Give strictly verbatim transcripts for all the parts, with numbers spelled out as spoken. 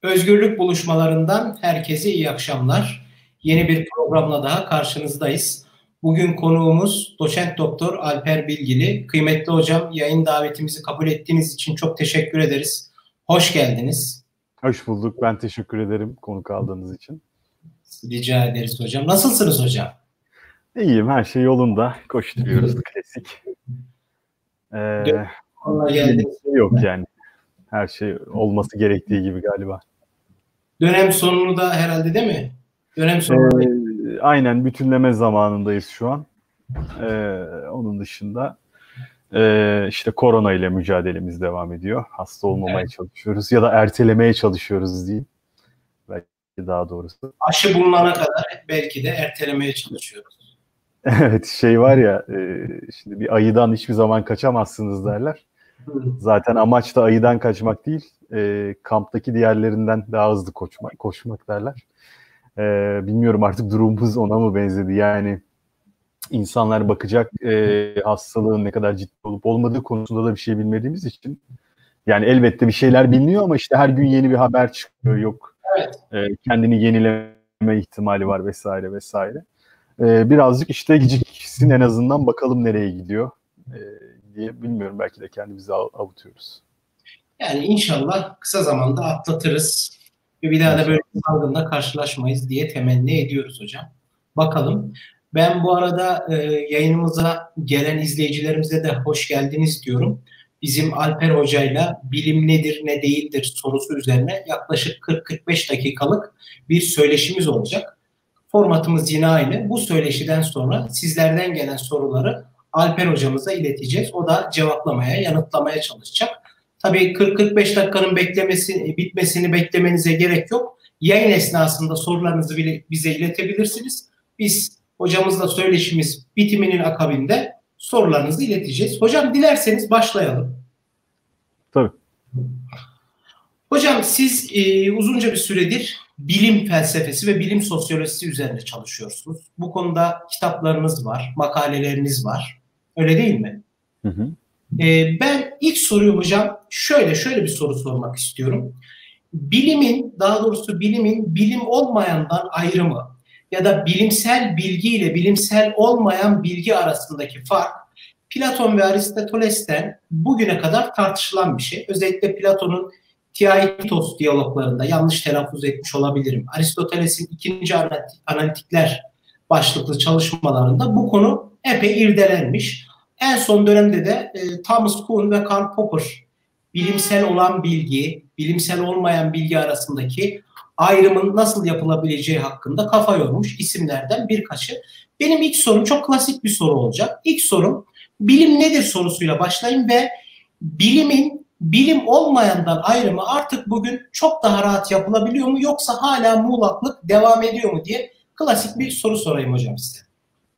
Özgürlük buluşmalarından herkese iyi akşamlar. Yeni bir programla daha karşınızdayız. Bugün konuğumuz Doçent Doktor Alper Bilgili. Kıymetli hocam, yayın davetimizi kabul ettiğiniz için çok teşekkür ederiz. Hoş geldiniz. Hoş bulduk. Ben teşekkür ederim konuk aldığınız için. Rica ederiz hocam. Nasılsınız hocam? İyiyim. Her şey yolunda. Koşturuyoruz. Klasik. Ee, bir şey yok yani. Her şey olması gerektiği gibi galiba. Dönem sonunu da herhalde değil mi? Dönem sonunu. Ee, aynen bütünleme zamanındayız şu an. Ee, onun dışında e, işte korona ile mücadelemiz devam ediyor. Hasta olmamaya evet. çalışıyoruz ya da ertelemeye çalışıyoruz diyeyim. Belki daha doğrusu. Aşı bulunana kadar belki de ertelemeye çalışıyoruz. Evet, şey var ya, e, şimdi bir ayıdan hiçbir zaman kaçamazsınız derler. Zaten amaç da ayıdan kaçmak değil, e, kamptaki diğerlerinden daha hızlı koşmak, koşmak derler. E, bilmiyorum artık durumumuz ona mı benzedi? Yani insanlar bakacak e, hastalığın ne kadar ciddi olup olmadığı konusunda da bir şey bilmediğimiz için. Yani elbette bir şeyler biliniyor ama işte her gün yeni bir haber çıkıyor, yok evet. e, kendini yenileme ihtimali var vesaire vesaire. Ee, birazcık işte geciksin en azından bakalım nereye gidiyor ee, diye bilmiyorum, belki de kendimizi avutuyoruz. Yani inşallah kısa zamanda atlatırız ve bir daha inşallah da böyle bir salgınla karşılaşmayız diye temenni ediyoruz hocam. Bakalım. Ben bu arada e, yayınımıza gelen izleyicilerimize de hoş geldiniz diyorum. Bizim Alper Hoca'yla bilim nedir ne değildir sorusu üzerine yaklaşık kırk kırk beş dakikalık bir söyleşimiz olacak. Formatımız yine aynı. Bu söyleşiden sonra sizlerden gelen soruları Alper hocamıza ileteceğiz. O da cevaplamaya, yanıtlamaya çalışacak. Tabii kırk kırk beş dakikanın beklemesi, bitmesini beklemenize gerek yok. Yayın esnasında sorularınızı bile bize iletebilirsiniz. Biz hocamızla söyleşimiz bitiminin akabinde sorularınızı ileteceğiz. Hocam dilerseniz başlayalım. Tabii. Hocam siz e, uzunca bir süredir bilim felsefesi ve bilim sosyolojisi üzerine çalışıyorsunuz. Bu konuda kitaplarınız var, makaleleriniz var. Öyle değil mi? Hı hı. E, ben ilk soruyu hocam şöyle şöyle bir soru sormak istiyorum. Bilimin, daha doğrusu bilimin bilim olmayandan ayrımı ya da bilimsel bilgi ile bilimsel olmayan bilgi arasındaki fark Platon ve Aristoteles'ten bugüne kadar tartışılan bir şey. Özellikle Platon'un Theaitos diyaloglarında, yanlış telaffuz etmiş olabilirim, Aristoteles'in ikinci analitikler başlıklı çalışmalarında bu konu epey irdelenmiş. En son dönemde de e, Thomas Kuhn ve Karl Popper bilimsel olan bilgi, bilimsel olmayan bilgi arasındaki ayrımın nasıl yapılabileceği hakkında kafa yormuş isimlerden birkaçı. Benim ilk sorum çok klasik bir soru olacak. İlk sorum bilim nedir sorusuyla başlayayım ve bilimin bilim olmayandan ayrımı artık bugün çok daha rahat yapılabiliyor mu yoksa hala muğlaklık devam ediyor mu diye klasik bir soru sorayım hocam size.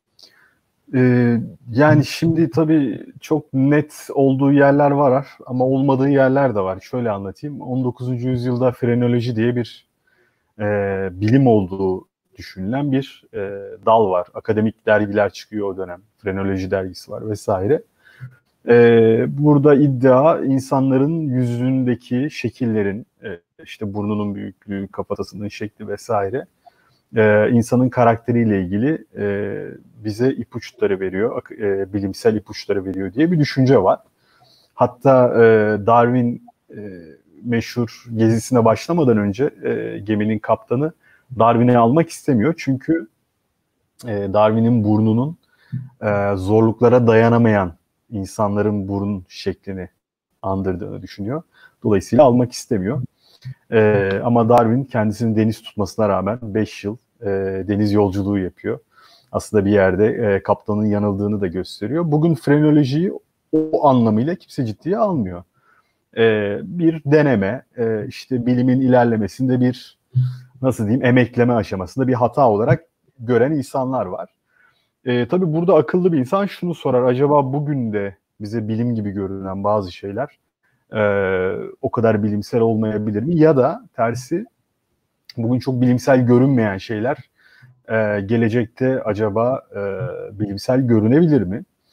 Ee, yani şimdi tabii çok net olduğu yerler var ama olmadığı yerler de var. Şöyle anlatayım. on dokuzuncu yüzyılda frenoloji diye bir e, bilim olduğu düşünülen bir e, dal var. Akademik dergiler çıkıyor o dönem. Frenoloji dergisi var vesaire. Ee, burada iddia insanların yüzündeki şekillerin, e, işte burnunun büyüklüğü, kafatasının şekli vesaire, e, insanın karakteriyle ilgili e, bize ipuçları veriyor, e, bilimsel ipuçları veriyor diye bir düşünce var. Hatta e, Darwin e, meşhur gezisine başlamadan önce e, geminin kaptanı Darwin'i almak istemiyor. Çünkü e, Darwin'in burnunun e, zorluklara dayanamayan insanların burun şeklini andırdığını düşünüyor. Dolayısıyla almak istemiyor. Ee, ama Darwin kendisinin deniz tutmasına rağmen beş yıl e, deniz yolculuğu yapıyor. Aslında bir yerde e, kaptanın yanıldığını da gösteriyor. Bugün frenolojiyi o anlamıyla kimse ciddiye almıyor. Ee, bir deneme, e, işte bilimin ilerlemesinde bir, nasıl diyeyim, emekleme aşamasında bir hata olarak gören insanlar var. E, tabii burada akıllı bir insan şunu sorar: acaba bugün de bize bilim gibi görünen bazı şeyler e, o kadar bilimsel olmayabilir mi? Ya da tersi, bugün çok bilimsel görünmeyen şeyler e, gelecekte acaba e, bilimsel görünebilir mi?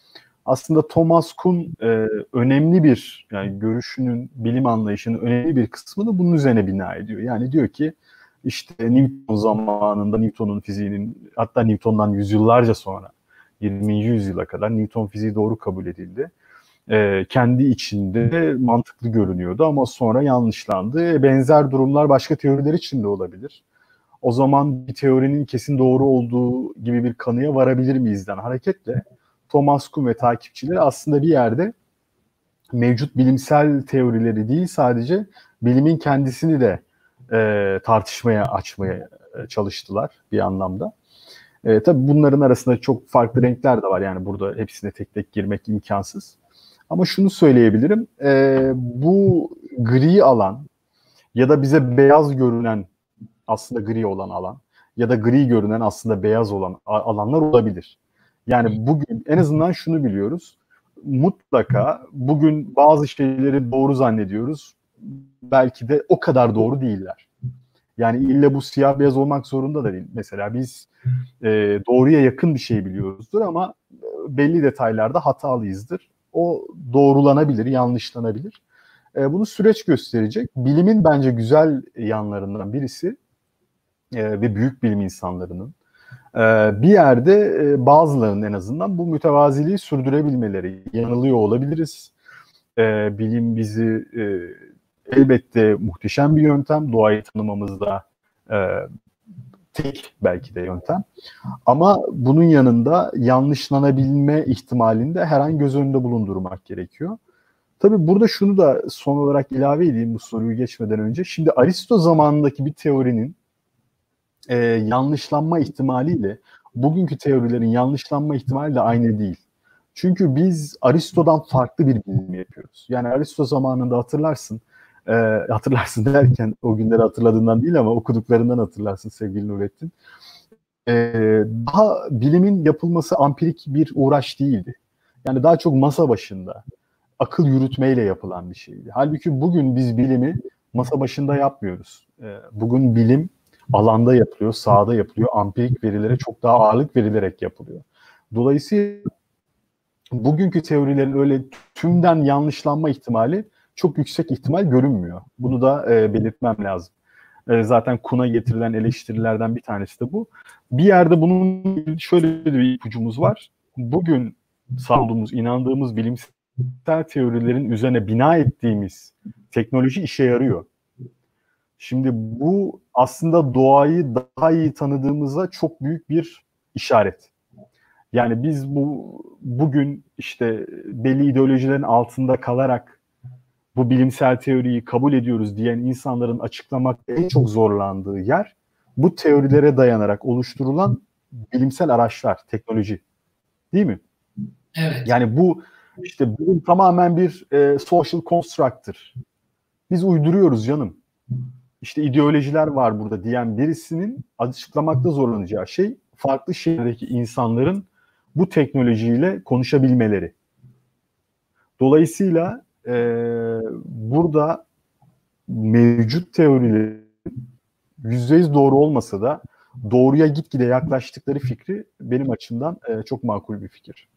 Aslında Thomas Kuhn e, önemli bir, yani görüşünün, bilim anlayışının önemli bir kısmını bunun üzerine bina ediyor. Yani diyor ki işte Newton zamanında, Newton'un fiziğinin, hatta Newton'dan yüzyıllarca sonra yirminci yüzyıla kadar Newton fiziği doğru kabul edildi. E, kendi içinde mantıklı görünüyordu ama sonra yanlışlandı. E, benzer durumlar başka teoriler için de olabilir. O zaman bir teorinin kesin doğru olduğu gibi bir kanıya varabilir miyizden hareketle Thomas Kuhn ve takipçileri aslında bir yerde mevcut bilimsel teorileri değil, sadece bilimin kendisini de e, tartışmaya açmaya çalıştılar bir anlamda. E, tabii bunların arasında çok farklı renkler de var, yani burada hepsine tek tek girmek imkansız. Ama şunu söyleyebilirim, e, bu gri alan ya da bize beyaz görünen aslında gri olan alan ya da gri görünen aslında beyaz olan alanlar olabilir. Yani bugün en azından şunu biliyoruz, mutlaka bugün bazı şeyleri doğru zannediyoruz, belki de o kadar doğru değiller. Yani illa bu siyah beyaz olmak zorunda da değil. Mesela biz e, doğruya yakın bir şey biliyoruzdur ama belli detaylarda hatalıyızdır. O doğrulanabilir, yanlışlanabilir. E, bunu süreç gösterecek. Bilimin bence güzel yanlarından birisi e, ve büyük bilim insanlarının e, bir yerde e, bazılarının en azından bu mütevaziliği sürdürebilmeleri. Yanılıyor olabiliriz. E, bilim bizi e, elbette muhteşem bir yöntem. Doğayı tanımamızda e, tek belki de yöntem. Ama bunun yanında yanlışlanabilme ihtimalini de her an göz önünde bulundurmak gerekiyor. Tabii burada şunu da son olarak ilave edeyim bu soruyu geçmeden önce. Şimdi Aristo zamanındaki bir teorinin e, yanlışlanma ihtimaliyle bugünkü teorilerin yanlışlanma ihtimali de aynı değil. Çünkü biz Aristo'dan farklı bir bilim yapıyoruz. Yani Aristo zamanında hatırlarsın, e, hatırlarsın derken o günleri hatırladığından değil ama okuduklarından hatırlarsın sevgili Nurettin. E, daha bilimin yapılması ampirik bir uğraş değildi. Yani daha çok masa başında, akıl yürütmeyle yapılan bir şeydi. Halbuki bugün biz bilimi masa başında yapmıyoruz. Bugün bilim alanda yapılıyor, sahada yapılıyor, ampirik verilere çok daha ağırlık verilerek yapılıyor. Dolayısıyla bugünkü teorilerin öyle tümden yanlışlanma ihtimali çok yüksek ihtimal görünmüyor. Bunu da e, belirtmem lazım. E, zaten Kuhn'a getirilen eleştirilerden bir tanesi de bu. Bir yerde bunun şöyle bir ipucumuz var. Bugün sağladığımız, inandığımız bilimsel teorilerin üzerine bina ettiğimiz teknoloji işe yarıyor. Şimdi bu aslında doğayı daha iyi tanıdığımıza çok büyük bir işaret. Yani biz bu bugün işte belli ideolojilerin altında kalarak bu bilimsel teoriyi kabul ediyoruz diyen insanların açıklamakta en çok zorlandığı yer bu teorilere dayanarak oluşturulan bilimsel araçlar, teknoloji. Değil mi? Evet. Yani bu işte bilim tamamen bir e, social construct'tır. Biz uyduruyoruz canım. İşte ideolojiler var burada diyen birisinin açıklamakta zorlanacağı şey farklı şehirdeki insanların bu teknolojiyle konuşabilmeleri. Dolayısıyla e, burada mevcut teorilerin yüzde yüz doğru olmasa da doğruya gitgide yaklaştıkları fikri benim açımdan e, çok makul bir fikir.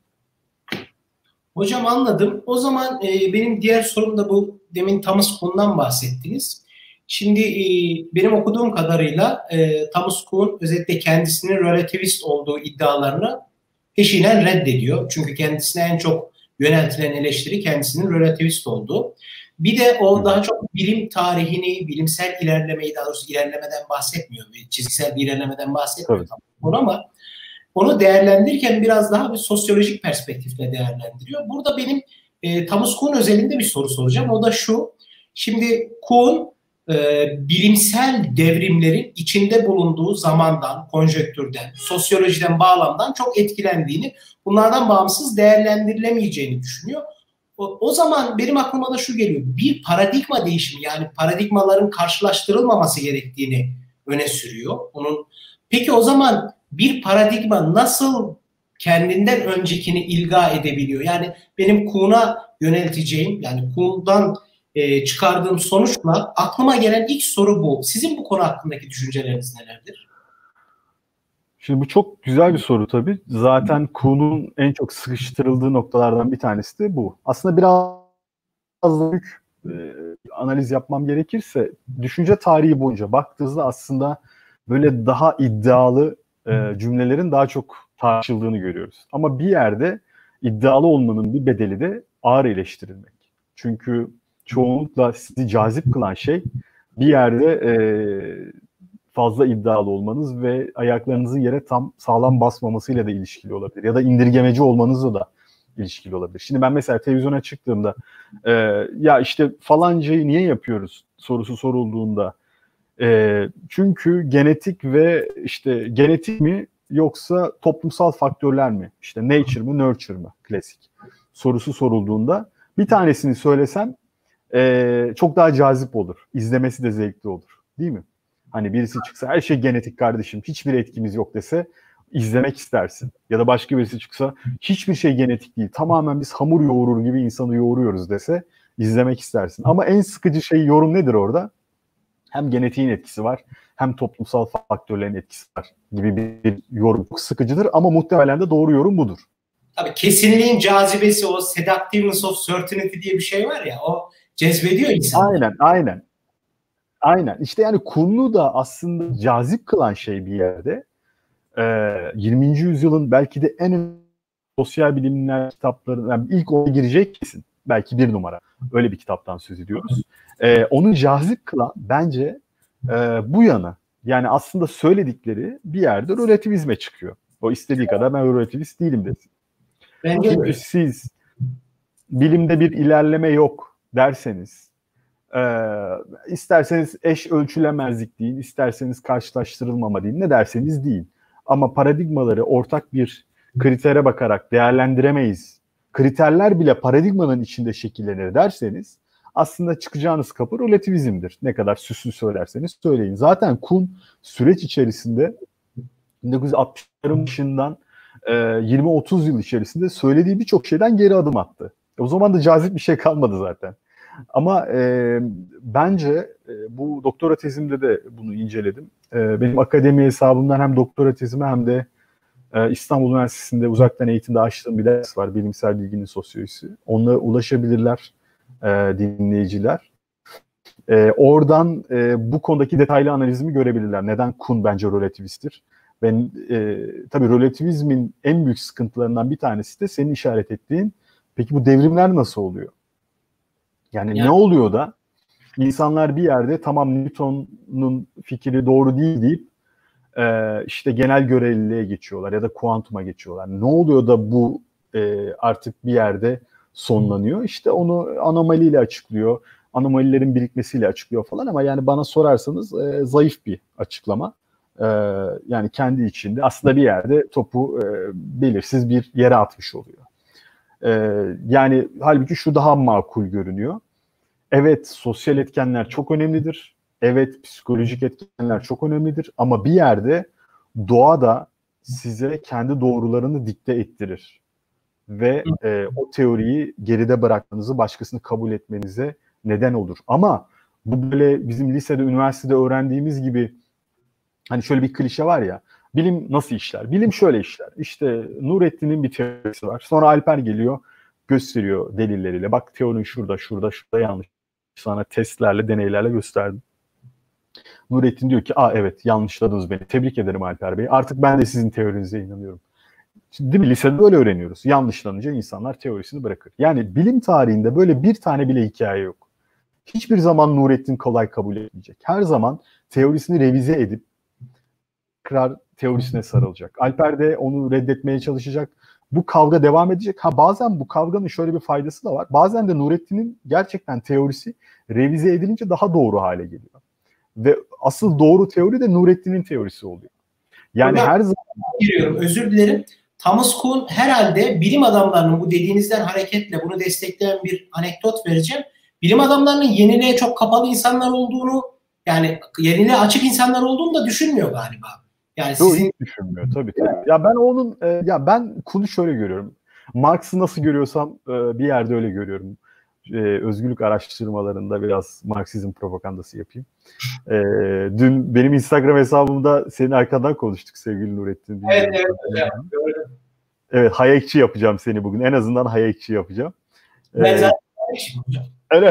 Hocam anladım. O zaman e, benim diğer sorum da bu, demin Thomas Kuhn'dan bahsettiniz. Şimdi e, benim okuduğum kadarıyla e, Thomas Kuhn özellikle kendisinin relativist olduğu iddialarını peşinen reddediyor. Çünkü kendisine en çok yöneltilen eleştiri kendisinin relativist olduğu. Bir de o daha çok bilim tarihini, bilimsel ilerlemeyi, daha doğrusu ilerlemeden bahsetmiyor. Çizgisel bir ilerlemeden bahsetmiyor Thomas Kuhn ama onu değerlendirirken biraz daha bir sosyolojik perspektifle değerlendiriyor. Burada benim e, Thomas Kuhn özelinde bir soru soracağım. O da şu. Şimdi Kuhn e, bilimsel devrimlerin içinde bulunduğu zamandan, konjonktürden, sosyolojiden, bağlamdan çok etkilendiğini, bunlardan bağımsız değerlendirilemeyeceğini düşünüyor. O, o zaman benim aklıma da şu geliyor. Bir paradigma değişimi, yani paradigmaların karşılaştırılmaması gerektiğini öne sürüyor. Onun, peki o zaman bir paradigma nasıl kendinden öncekini ilga edebiliyor? Yani benim Kuhn'a yönelteceğim, yani Kuhn'dan e, çıkardığım sonuçla aklıma gelen ilk soru bu. Sizin bu konu hakkındaki düşünceleriniz nelerdir? Şimdi bu çok güzel bir soru tabii. Zaten Kuhn'un en çok sıkıştırıldığı noktalardan bir tanesi de bu. Aslında biraz da büyük e, analiz yapmam gerekirse düşünce tarihi boyunca baktığınızda aslında böyle daha iddialı e, cümlelerin daha çok tartışıldığını görüyoruz. Ama bir yerde iddialı olmanın bir bedeli de ağır eleştirilmek. Çünkü çoğunlukla sizi cazip kılan şey bir yerde e, fazla iddialı olmanız ve ayaklarınızın yere tam sağlam basmamasıyla da ilişkili olabilir. Ya da indirgemeci olmanızla da ilişkili olabilir. Şimdi ben mesela televizyona çıktığımda e, ya işte falancayı niye yapıyoruz sorusu sorulduğunda e, çünkü genetik ve işte genetik mi yoksa toplumsal faktörler mi? İşte nature mı nurture mı? Klasik sorusu sorulduğunda bir tanesini söylesem e, çok daha cazip olur. İzlemesi de zevkli olur. Değil mi? Hani birisi çıksa her şey genetik kardeşim, hiçbir etkimiz yok dese izlemek istersin. Ya da başka birisi çıksa hiçbir şey genetik değil, tamamen biz hamur yoğurur gibi insanı yoğuruyoruz dese izlemek istersin. Ama en sıkıcı şey yorum nedir orada? Hem genetiğin etkisi var, hem toplumsal faktörlerin etkisi var gibi bir yorum. Çok sıkıcıdır ama muhtemelen de doğru yorum budur. Tabii kesinliğin cazibesi, o seductiveness of certainty diye bir şey var ya, o cezbediyor insanları. Aynen, aynen. Aynen. İşte yani Kuhn'u da aslında cazip kılan şey bir yerde yirminci yüzyılın belki de en önemli sosyal bilimler kitapları, yani ilk ona girecek kesin. Belki bir numara. Öyle bir kitaptan söz ediyoruz. Ee, onu cazip kılan bence e, bu yana. Yani aslında söyledikleri bir yerde relativizme çıkıyor. O istediği kadar ben relativist değilim desin. Bence Çünkü siz bilimde bir ilerleme yok derseniz, e, isterseniz eş ölçülemezlik deyin, isterseniz karşılaştırılmama deyin, ne derseniz deyin. Ama paradigmaları ortak bir kritere bakarak değerlendiremeyiz. Kriterler bile paradigmanın içinde şekillenir derseniz aslında çıkacağınız kapı relativizmdir. Ne kadar süslü söylerseniz söyleyin. Zaten Kuhn süreç içerisinde bin dokuz yüz altmışların başından yirmi otuz yıl içerisinde söylediği birçok şeyden geri adım attı. O zaman da cazip bir şey kalmadı zaten. Ama e, bence e, bu doktora tezimde de bunu inceledim. E, benim akademi hesabımdan hem doktora tezime hem de e, İstanbul Üniversitesi'nde uzaktan eğitimde açtığım bir ders var. Bilimsel bilginin sosyolojisi. Onunla ulaşabilirler e, dinleyiciler. E, oradan e, bu konudaki detaylı analizimi görebilirler. Neden Kuhn bence relativisttir? Ben e, tabii relativizmin en büyük sıkıntılarından bir tanesi de senin işaret ettiğin. Peki bu devrimler nasıl oluyor? Yani, yani ne oluyor da insanlar bir yerde tamam Newton'un fikri doğru değil deyip e, işte genel göreliliğe geçiyorlar ya da kuantuma geçiyorlar. Ne oluyor da bu e, artık bir yerde sonlanıyor? İşte onu anomaliyle açıklıyor. Anomalilerin birikmesiyle açıklıyor falan ama yani bana sorarsanız e, zayıf bir açıklama. E, yani kendi içinde aslında bir yerde topu e, belirsiz bir yere atmış oluyor. E, yani halbuki şu daha makul görünüyor. Evet, sosyal etkenler çok önemlidir. Evet, psikolojik etkenler çok önemlidir. Ama bir yerde doğa da size kendi doğrularını dikte ettirir. Ve e, o teoriyi geride bırakmanızı, başkasını kabul etmenize neden olur. Ama bu böyle bizim lisede, üniversitede öğrendiğimiz gibi hani şöyle bir klişe var ya, bilim nasıl işler? Bilim şöyle işler. İşte Nurettin'in bir teorisi var. Sonra Alper geliyor, gösteriyor delilleriyle. Bak teorin şurada, şurada, şurada yanlış. Sana testlerle, deneylerle gösterdim. Nurettin diyor ki, aa evet yanlışladınız beni. Tebrik ederim Alper Bey. Artık ben de sizin teorinize inanıyorum. Şimdi, değil mi? Lisede böyle öğreniyoruz. Yanlışlanınca insanlar teorisini bırakır. Yani bilim tarihinde böyle bir tane bile hikaye yok. Hiçbir zaman Nurettin kolay kabul etmeyecek. Her zaman teorisini revize edip tekrar teorisine sarılacak. Alper de onu reddetmeye çalışacak. Bu kavga devam edecek. Ha bazen bu kavganın şöyle bir faydası da var. Bazen de Nurettin'in gerçekten teorisi revize edilince daha doğru hale geliyor. Ve asıl doğru teori de Nurettin'in teorisi oluyor. Yani Hocam, her zaman... Giriyorum, özür dilerim. Thomas Kuhn herhalde bilim adamlarının bu dediğinizden hareketle bunu destekleyen bir anekdot vereceğim. Bilim adamlarının yeniliğe çok kapalı insanlar olduğunu, yani yeniliğe açık insanlar olduğunu da düşünmüyor galiba. Yani Doğru, sizin... hiç düşünmüyor tabii tabii. Ya ben onun e, ya ben Kuhn'u şöyle görüyorum. Marx'ı nasıl görüyorsam e, bir yerde öyle görüyorum. e, özgürlük araştırmalarında biraz Marksizm propagandası yapayım. E, dün benim Instagram hesabımda senin arkadan konuştuk sevgili Nurettin. Evet, evet hocam. Gördüm. Evet, Hayekçi yapacağım seni bugün. En azından Hayekçi yapacağım. Ben ee, zaten Hayekçiyim hocam. Öyle.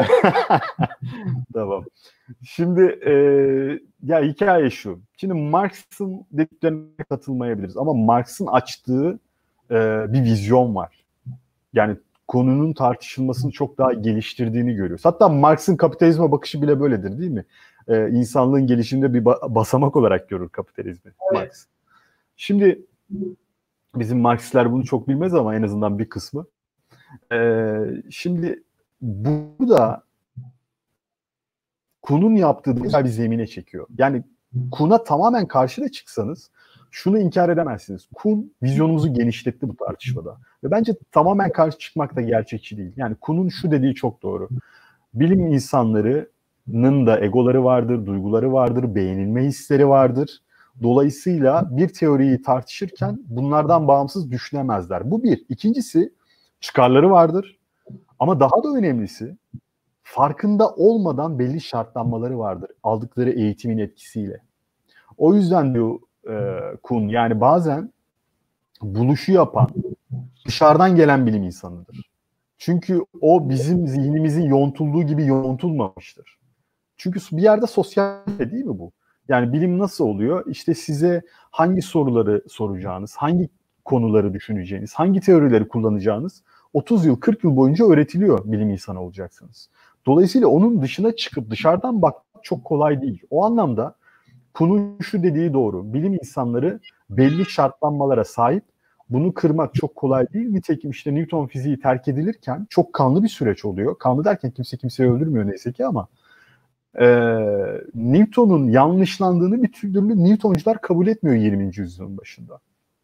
Tamam. Şimdi e, ya hikaye şu. Şimdi Marx'ın dediklerine katılmayabiliriz ama Marx'ın açtığı e, bir vizyon var. Yani konunun tartışılmasını çok daha geliştirdiğini görüyoruz. Hatta Marx'ın kapitalizme bakışı bile böyledir değil mi? E, insanlığın gelişiminde bir ba- basamak olarak görür kapitalizmi evet. Marx. Şimdi bizim Marksistler bunu çok bilmez ama en azından bir kısmı. E, şimdi bu da Kuhn'un yaptığı güzel bir zemine çekiyor. Yani Kuhn'a tamamen karşı da çıksanız şunu inkar edemezsiniz. Kuhn vizyonumuzu genişletti bu tartışmada. Ve bence tamamen karşı çıkmak da gerçekçi değil. Yani Kuhn'un şu dediği çok doğru. Bilim insanlarının da egoları vardır, duyguları vardır, beğenilme hisleri vardır. Dolayısıyla bir teoriyi tartışırken bunlardan bağımsız düşünemezler. Bu bir. İkincisi çıkarları vardır. Ama daha da önemlisi farkında olmadan belli şartlanmaları vardır. Aldıkları eğitimin etkisiyle. O yüzden diyor e, Kuhn, yani bazen buluşu yapan dışarıdan gelen bilim insanıdır. Çünkü o bizim zihnimizin yontulduğu gibi yontulmamıştır. Çünkü bir yerde sosyal değil mi bu? Yani bilim nasıl oluyor? İşte size hangi soruları soracağınız, hangi konuları düşüneceğiniz, hangi teorileri kullanacağınız otuz yıl, kırk yıl boyunca öğretiliyor bilim insanı olacaksınız. Dolayısıyla onun dışına çıkıp dışarıdan bakmak çok kolay değil. O anlamda Kuhn'un şu dediği doğru. Bilim insanları belli şartlanmalara sahip. Bunu kırmak çok kolay değil. Nitekim işte Newton fiziği terk edilirken çok kanlı bir süreç oluyor. Kanlı derken kimse kimseyi öldürmüyor neyse ki ama e, Newton'un yanlışlandığını bir türlü Newtoncular kabul etmiyor yirminci yüzyılın başında.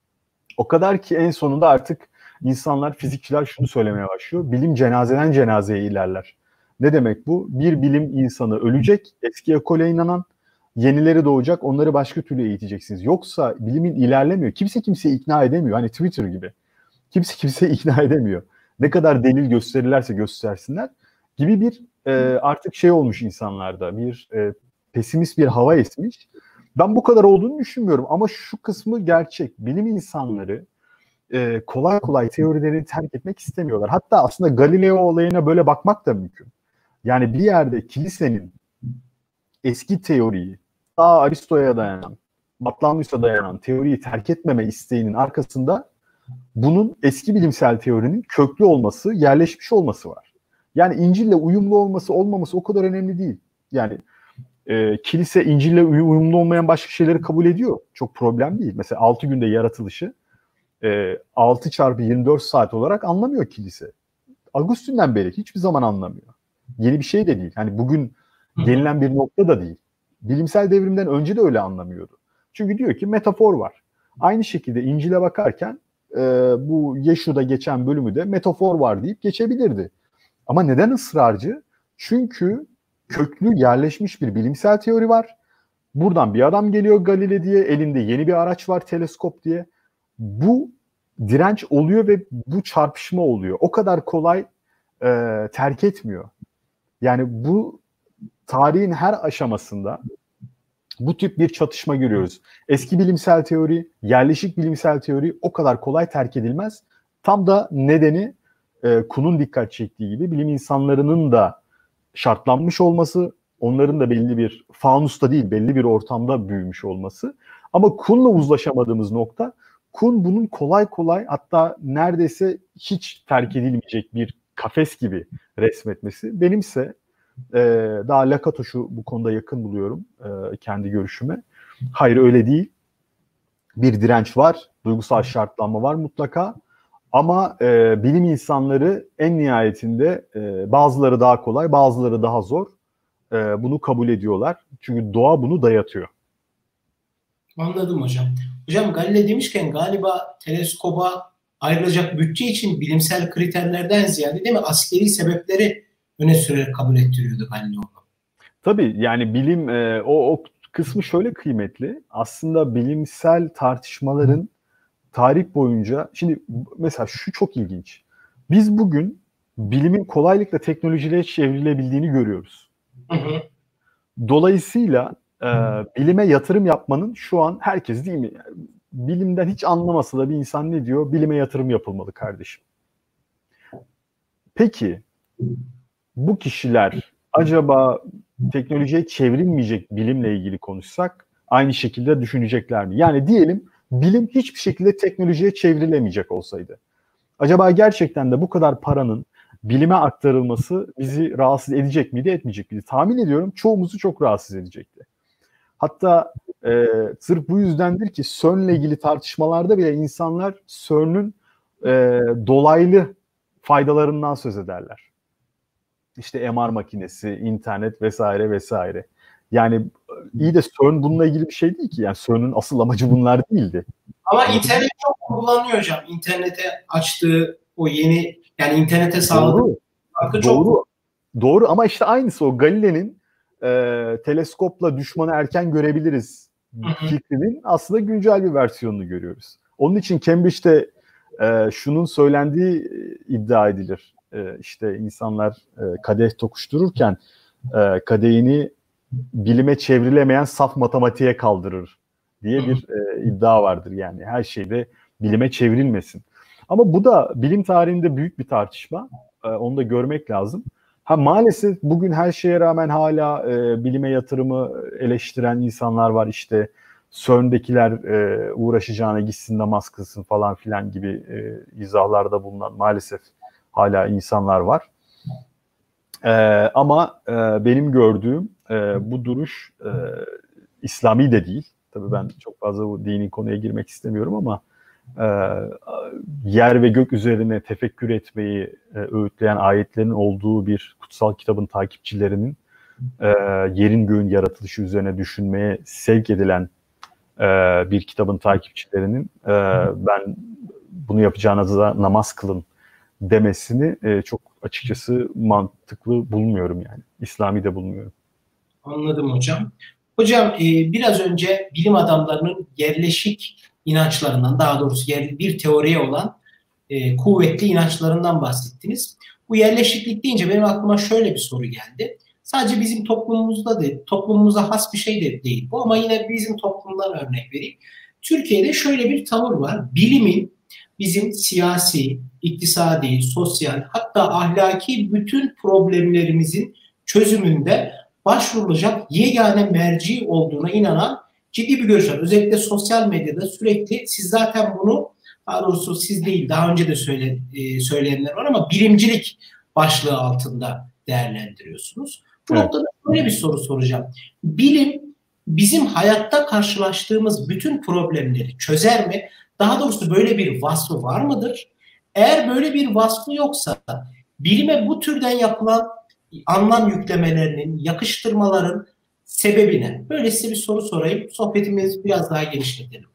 O kadar ki en sonunda artık insanlar, fizikçiler şunu söylemeye başlıyor. Bilim cenazeden cenazeye ilerler. Ne demek bu? Bir bilim insanı ölecek, eski ekole inanan, yenileri doğacak, onları başka türlü eğiteceksiniz. Yoksa bilimin ilerlemiyor. Kimse kimseyi ikna edemiyor. Hani Twitter gibi. Kimse kimseyi ikna edemiyor. Ne kadar delil gösterirlerse göstersinler gibi bir e, artık şey olmuş insanlarda. Bir e, pesimist bir hava esmiş. Ben bu kadar olduğunu düşünmüyorum. Ama şu kısmı gerçek. Bilim insanları e, kolay kolay teorilerini terk etmek istemiyorlar. Hatta aslında Galileo olayına böyle bakmak da mümkün. Yani bir yerde kilisenin eski teoriyi, daha Aristo'ya dayanan, Batlamyus'a dayanan teoriyi terk etmeme isteğinin arkasında bunun eski bilimsel teorinin köklü olması, yerleşmiş olması var. Yani İncil'le uyumlu olması olmaması o kadar önemli değil. Yani e, kilise İncil'le uyumlu olmayan başka şeyleri kabul ediyor. Çok problem değil. Mesela altı günde yaratılışı e, altı çarpı yirmi dört saat olarak anlamıyor kilise. Agustin'den beri hiçbir zaman anlamıyor. Yeni bir şey de değil. Yani bugün gelinen bir nokta da değil. Bilimsel devrimden önce de öyle anlamıyordu. Çünkü diyor ki metafor var. Aynı şekilde İncil'e bakarken e, bu Yeşu'da geçen bölümü de metafor var deyip geçebilirdi. Ama neden ısrarcı? Çünkü köklü yerleşmiş bir bilimsel teori var. Buradan bir adam geliyor Galile diye, elinde yeni bir araç var teleskop diye. Bu direnç oluyor ve bu çarpışma oluyor. O kadar kolay e, terk etmiyor. Yani bu tarihin her aşamasında bu tip bir çatışma görüyoruz. Eski bilimsel teori, yerleşik bilimsel teori o kadar kolay terk edilmez. Tam da nedeni e, Kuhn'un dikkat çektiği gibi bilim insanlarının da şartlanmış olması, onların da belli bir faunusta değil, belli bir ortamda büyümüş olması. Ama Kuhn'la uzlaşamadığımız nokta, Kuhn bunun kolay kolay hatta neredeyse hiç terk edilmeyecek bir kafes gibi resmetmesi. Benimse e, daha Lakatos'u bu konuda yakın buluyorum e, kendi görüşüme. Hayır öyle değil. Bir direnç var, duygusal şartlanma var mutlaka. Ama e, bilim insanları en nihayetinde e, bazıları daha kolay, bazıları daha zor e, bunu kabul ediyorlar. Çünkü doğa bunu dayatıyor. Anladım hocam. Hocam Galile demişken galiba teleskoba ayrılacak bütçe için bilimsel kriterlerden ziyade değil mi askeri sebepleri öne sürerek kabul ettiriyordu Galileo. Tabii yani bilim e, o, o kısmı şöyle kıymetli. Aslında bilimsel tartışmaların tarih boyunca, şimdi mesela şu çok ilginç. Biz bugün bilimin kolaylıkla teknolojiye çevrilebildiğini görüyoruz. Hı hı. Dolayısıyla e, bilime yatırım yapmanın şu an herkes değil mi? Bilimden hiç anlamasa da bir insan ne diyor? Bilime yatırım yapılmalı kardeşim. Peki bu kişiler acaba teknolojiye çevrilmeyecek bilimle ilgili konuşsak aynı şekilde düşünecekler mi? Yani diyelim bilim hiçbir şekilde teknolojiye çevrilemeyecek olsaydı. Acaba gerçekten de bu kadar paranın bilime aktarılması bizi rahatsız edecek miydi, etmeyecek miydi? Tahmin ediyorum çoğumuzu çok rahatsız edecekti. Hatta e, sırf bu yüzdendir ki CERN'le ilgili tartışmalarda bile insanlar CERN'ün e, dolaylı faydalarından söz ederler. İşte M R makinesi, internet vesaire vesaire. Yani iyi de CERN bununla ilgili bir şey değil ki. Yani CERN'ün asıl amacı bunlar değildi. Ama internet çok kullanıyor hocam. İnternete açtığı o yeni, yani internete sağladığı farkı çok. Doğru. Doğru ama işte aynısı o Galile'nin e, teleskopla düşmanı erken görebiliriz fikrinin aslında güncel bir versiyonunu görüyoruz. Onun için Cambridge'de e, şunun söylendiği iddia edilir. E, işte insanlar e, kadeh tokuştururken e, kadehini bilime çevrilemeyen saf matematiğe kaldırır diye bir e, iddia vardır. Yani her şeyde bilime çevrilmesin. Ama bu da bilim tarihinde büyük bir tartışma. E, onu da görmek lazım. Ha maalesef bugün her şeye rağmen hala e, bilime yatırımı eleştiren insanlar var. İşte CERN'dekiler e, uğraşacağına gitsin namaz kılsın falan filan gibi e, izahlarda bulunan maalesef hala insanlar var. E, ama e, benim gördüğüm e, bu duruş e, İslami de değil. Tabii ben çok fazla bu dini konuya girmek istemiyorum ama e, yer ve gök üzerine tefekkür etmeyi e, öğütleyen ayetlerin olduğu bir kutsal kitabın takipçilerinin e, yerin göğün yaratılışı üzerine düşünmeye sevk edilen e, bir kitabın takipçilerinin e, ben bunu yapacağınıza namaz kılın demesini e, çok açıkçası mantıklı bulmuyorum yani. İslami de bulmuyorum. Anladım hocam. Hocam e, biraz önce bilim adamlarının yerleşik inançlarından, daha doğrusu yer, bir teoriye olan e, kuvvetli inançlarından bahsettiniz. Bu yerleşiklik deyince benim aklıma şöyle bir soru geldi. Sadece bizim toplumumuzda değil, toplumumuza has bir şey de değil bu ama yine bizim toplumdan örnek vereyim. Türkiye'de şöyle bir tavır var. Bilimin bizim siyasi, iktisadi, sosyal hatta ahlaki bütün problemlerimizin çözümünde başvurulacak yegane merci olduğuna inanan ciddi bir görüş var. Özellikle sosyal medyada sürekli siz zaten bunu, daha doğrusu siz değil daha önce de söyle, e, söyleyenler var ama bilimcilik başlığı altında değerlendiriyorsunuz. Bu Evet. noktada böyle bir soru soracağım. Bilim bizim hayatta karşılaştığımız bütün problemleri çözer mi? Daha doğrusu böyle bir vasfı var mıdır? Eğer böyle bir vasfı yoksa bilime bu türden yapılan anlam yüklemelerinin, yakıştırmaların sebebine. Böyle size bir soru sorayım. Sohbetimizi biraz daha genişletelim.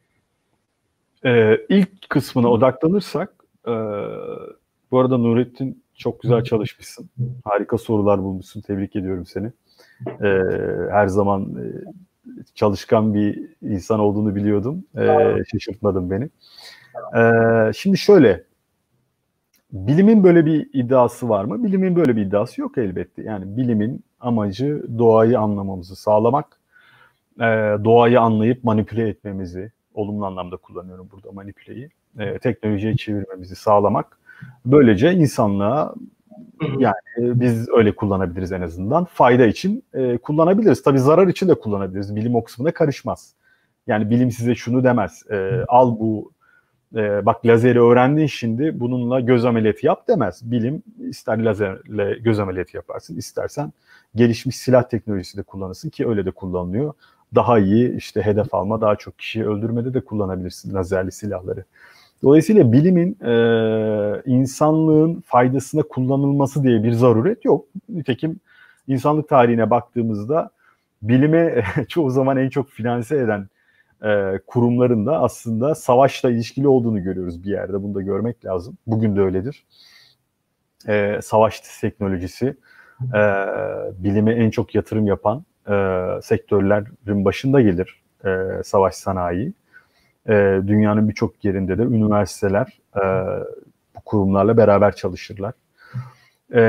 Ee, ilk kısmına odaklanırsak, e, bu arada Nurettin çok güzel çalışmışsın. Harika sorular bulmuşsun. Tebrik ediyorum seni. Ee, her zaman e, çalışkan bir insan olduğunu biliyordum. Ee, şaşırtmadın beni. Ee, şimdi şöyle, bilimin böyle bir iddiası var mı? Bilimin böyle bir iddiası yok elbette. Yani bilimin amacı doğayı anlamamızı sağlamak, e, doğayı anlayıp manipüle etmemizi, olumlu anlamda kullanıyorum burada manipüleyi, e, teknolojiye çevirmemizi sağlamak. Böylece insanlığa, yani biz öyle kullanabiliriz en azından, fayda için e, kullanabiliriz. Tabii zarar için de kullanabiliriz. Bilim o kısmına karışmaz. Yani bilim size şunu demez, e, al bu, e, bak lazeri öğrendin şimdi bununla göz ameliyatı yap demez. Bilim ister lazerle göz ameliyatı yaparsın, istersen gelişmiş silah teknolojisi de kullanırsın ki öyle de kullanılıyor. Daha iyi işte hedef alma, daha çok kişiyi öldürmede de kullanabilirsin lazerli silahları. Dolayısıyla bilimin e, insanlığın faydasına kullanılması diye bir zaruret yok. Nitekim insanlık tarihine baktığımızda bilime çoğu zaman en çok finanse eden e, kurumların da aslında savaşla ilişkili olduğunu görüyoruz bir yerde. Bunu da görmek lazım. Bugün de öyledir. E, savaş teknolojisi e, bilime en çok yatırım yapan e, sektörlerin başında gelir e, savaş sanayi. E, dünyanın birçok yerinde de üniversiteler e, bu kurumlarla beraber çalışırlar. E,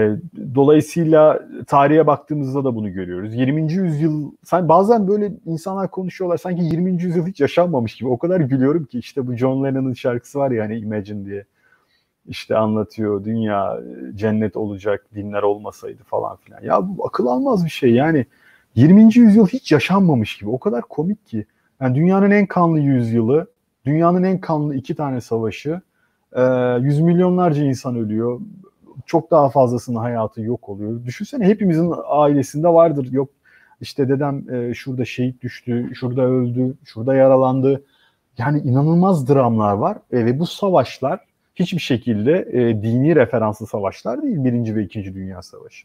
dolayısıyla tarihe baktığımızda da bunu görüyoruz. yirminci yüzyıl, sen bazen böyle insanlar konuşuyorlar sanki yirminci yüzyıl hiç yaşanmamış gibi. O kadar gülüyorum ki işte bu John Lennon'ın şarkısı var ya hani Imagine diye. İşte anlatıyor dünya cennet olacak dinler olmasaydı falan filan. Ya bu akıl almaz bir şey yani. yirminci yüzyıl hiç yaşanmamış gibi. O kadar komik ki. Yani dünyanın en kanlı yüzyılı, dünyanın en kanlı iki tane savaşı, yüz milyonlarca insan ölüyor. Çok daha fazlasının hayatı yok oluyor. Düşünsene hepimizin ailesinde vardır. Yok işte dedem şurada şehit düştü, şurada öldü, şurada yaralandı. Yani inanılmaz dramlar var ve bu savaşlar hiçbir şekilde e, dini referanslı savaşlar değil. Birinci ve İkinci Dünya Savaşı.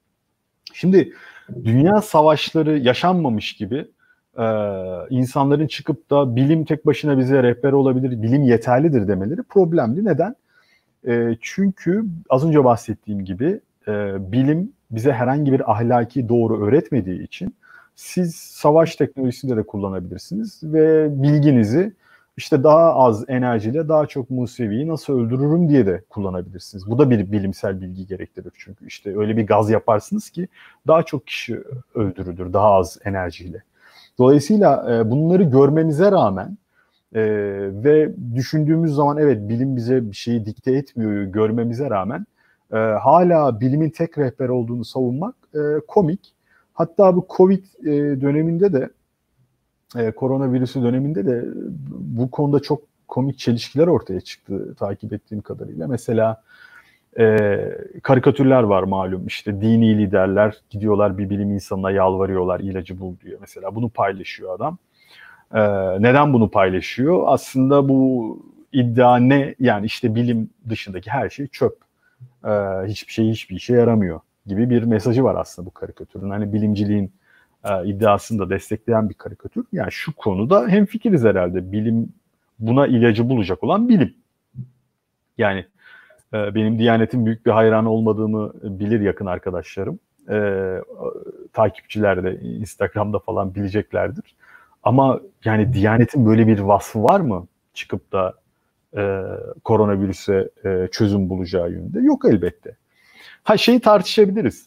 Şimdi dünya savaşları yaşanmamış gibi e, insanların çıkıp da bilim tek başına bize rehber olabilir, bilim yeterlidir demeleri problemli. Neden? E, çünkü az önce bahsettiğim gibi e, bilim bize herhangi bir ahlaki doğru öğretmediği için siz savaş teknolojisinde de kullanabilirsiniz ve bilginizi İşte daha az enerjiyle daha çok Musevi'yi nasıl öldürürüm diye de kullanabilirsiniz. Bu da bir bilimsel bilgi gerektirir çünkü işte öyle bir gaz yaparsınız ki daha çok kişi öldürülür daha az enerjiyle. Dolayısıyla e, bunları görmemize rağmen e, ve düşündüğümüz zaman evet bilim bize bir şeyi dikte etmiyor görmemize rağmen e, hala bilimin tek rehber olduğunu savunmak e, komik. Hatta bu Covid e, döneminde de e, koronavirüsü döneminde de bu konuda çok komik çelişkiler ortaya çıktı takip ettiğim kadarıyla. Mesela e, karikatürler var malum işte dini liderler gidiyorlar bir bilim insanına yalvarıyorlar ilacı bul diyor. Mesela bunu paylaşıyor adam. E, neden bunu paylaşıyor? Aslında bu iddia ne? Yani işte bilim dışındaki her şey çöp. E, hiçbir şey hiçbir işe yaramıyor gibi bir mesajı var aslında bu karikatürün. Hani bilimciliğin e, iddiasını da destekleyen bir karikatür. Yani şu konuda hemfikiriz herhalde. Bilim buna ilacı bulacak olan bilim. Yani e, benim Diyanet'in büyük bir hayranı olmadığımı bilir yakın arkadaşlarım. E, takipçiler de Instagram'da falan bileceklerdir. Ama yani Diyanet'in böyle bir vasfı var mı? Çıkıp da e, koronavirüse e, çözüm bulacağı yönünde. Yok elbette. Ha şeyi tartışabiliriz.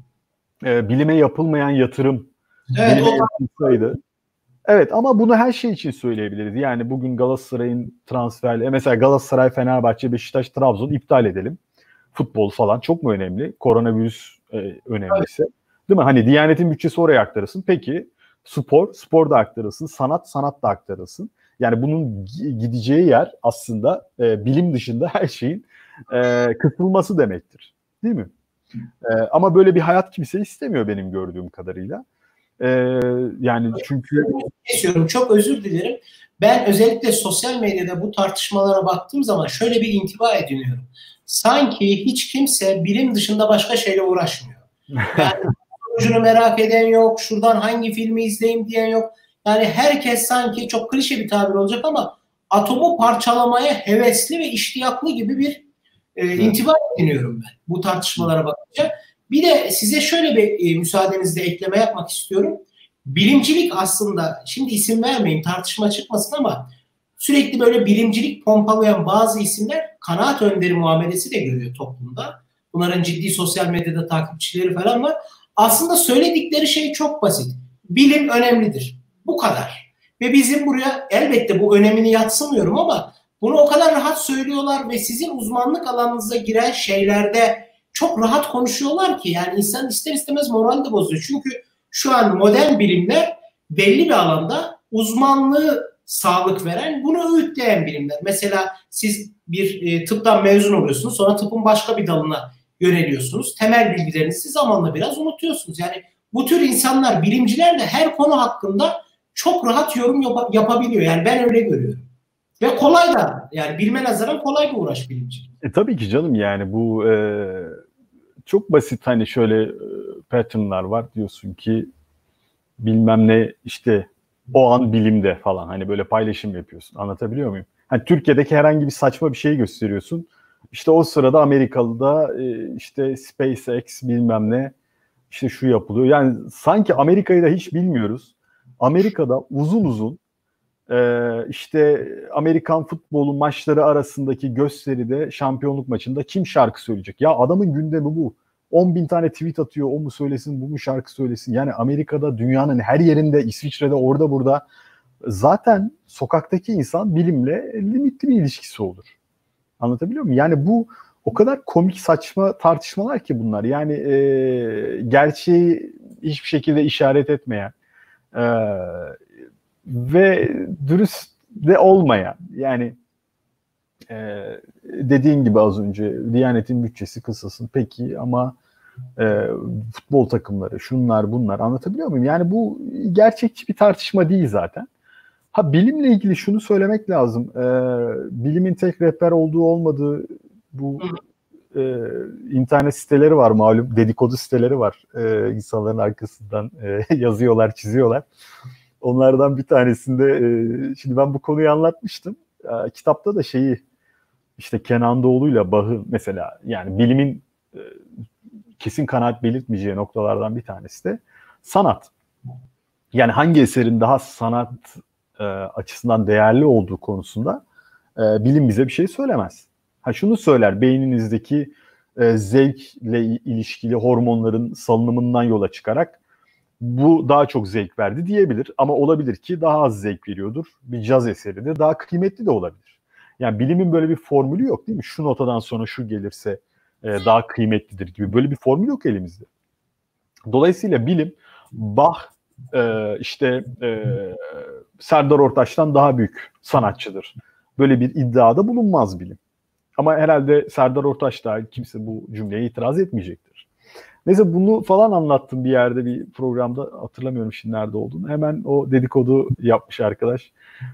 E, bilime yapılmayan yatırım Evet, bilime o yapılsaydı. Evet ama bunu her şey için söyleyebiliriz. Yani bugün Galatasaray'ın transferli, mesela Galatasaray, Fenerbahçe, Beşiktaş, Trabzon iptal edelim. Futbol falan çok mu önemli? Koronavirüs e, önemliyse. Değil mi? Hani Diyanet'in bütçesi oraya aktarılsın. Peki spor, spor da aktarılsın. Sanat, sanat da aktarılsın. Yani bunun gideceği yer aslında e, bilim dışında her şeyin e, kısılması demektir. Değil mi? E, ama böyle bir hayat kimse istemiyor benim gördüğüm kadarıyla. Ee, yani çünkü kesiyorum. Çok özür dilerim. Ben özellikle sosyal medyada bu tartışmalara baktığım zaman şöyle bir intiba ediniyorum. Sanki hiç kimse bilim dışında başka şeyle uğraşmıyor. Yani sonucunu merak eden yok. Şuradan hangi filmi izleyeyim diyen yok. Yani herkes sanki çok klişe bir tabir olacak ama atomu parçalamaya hevesli ve iştiyaklı gibi bir e, intiba ediniyorum ben bu tartışmalara bakınca. Bir de size şöyle bir e, müsaadenizle ekleme yapmak istiyorum. Bilimcilik aslında, şimdi isim vermeyin tartışma çıkmasın ama sürekli böyle bilimcilik pompalayan bazı isimler kanaat önderi muamelesi de görüyor toplumda. Bunların ciddi sosyal medyada takipçileri falan var. Aslında söyledikleri şey çok basit. Bilim önemlidir. Bu kadar. Ve bizim buraya elbette bu önemini yadsımıyorum ama bunu o kadar rahat söylüyorlar ve sizin uzmanlık alanınıza giren şeylerde çok rahat konuşuyorlar ki yani insan ister istemez moral de bozuyor. Çünkü şu an modern bilimler belli bir alanda uzmanlığı sağlık veren, bunu öğütleyen bilimler. Mesela siz bir e, tıptan mezun oluyorsunuz, sonra tıpın başka bir dalına yöneliyorsunuz. Temel bilgilerinizi zamanla biraz unutuyorsunuz. Yani bu tür insanlar, bilimciler de her konu hakkında çok rahat yorum yap- yapabiliyor. Yani ben öyle görüyorum. Ve kolay da, yani bilme nazaran kolay bir uğraş bilimcilik. e, tabii ki canım yani bu e, çok basit hani şöyle e, patternlar var diyorsun ki bilmem ne işte o an bilimde falan hani böyle paylaşım yapıyorsun. Anlatabiliyor muyum? Hani Türkiye'deki herhangi bir saçma bir şeyi gösteriyorsun. İşte o sırada Amerikalı'da e, işte SpaceX bilmem ne işte şu yapılıyor. Yani sanki Amerika'yı da hiç bilmiyoruz. Amerika'da uzun uzun Ee, işte Amerikan futbolu maçları arasındaki gösteride, şampiyonluk maçında kim şarkı söyleyecek? Ya adamın gündemi bu. on bin tane tweet atıyor, o mu söylesin, bu mu şarkı söylesin? Yani Amerika'da, dünyanın her yerinde, İsviçre'de, orada burada zaten sokaktaki insan bilimle limitli bir ilişkisi olur. Anlatabiliyor muyum? Yani bu o kadar komik, saçma tartışmalar ki bunlar. Yani e, gerçeği hiçbir şekilde işaret etmeyen e, ve dürüst de olmayan, yani e, dediğin gibi az önce Diyanet'in bütçesi kısasın peki ama e, futbol takımları, şunlar bunlar, anlatabiliyor muyum? Yani bu gerçekçi bir tartışma değil zaten. Ha, bilimle ilgili şunu söylemek lazım. E, bilimin tek rehber olduğu olmadığı bu e, internet siteleri var malum, dedikodu siteleri var. E, insanların arkasından e, yazıyorlar, çiziyorlar. Onlardan bir tanesinde e, şimdi ben bu konuyu anlatmıştım. E, kitapta da şeyi işte Kenan Doğulu'yla Bach'ı mesela, yani bilimin e, kesin kanaat belirtmeyeceği noktalardan bir tanesi de sanat. Yani hangi eserin daha sanat e, açısından değerli olduğu konusunda e, bilim bize bir şey söylemez. Ha, şunu söyler, beyninizdeki e, zevkle ilişkili hormonların salınımından yola çıkarak bu daha çok zevk verdi diyebilir. Ama olabilir ki daha az zevk veriyordur. Bir caz eseri de daha kıymetli de olabilir. Yani bilimin böyle bir formülü yok değil mi? Şu notadan sonra şu gelirse e, daha kıymetlidir gibi böyle bir formül yok elimizde. Dolayısıyla bilim Bach e, işte e, Serdar Ortaç'tan daha büyük sanatçıdır. Böyle bir iddiada bulunmaz bilim. Ama herhalde Serdar Ortaç da kimse bu cümleye itiraz etmeyecektir. Neyse, bunu falan anlattım bir yerde, bir programda, hatırlamıyorum şimdi nerede olduğunu. Hemen o dedikodu yapmış arkadaş.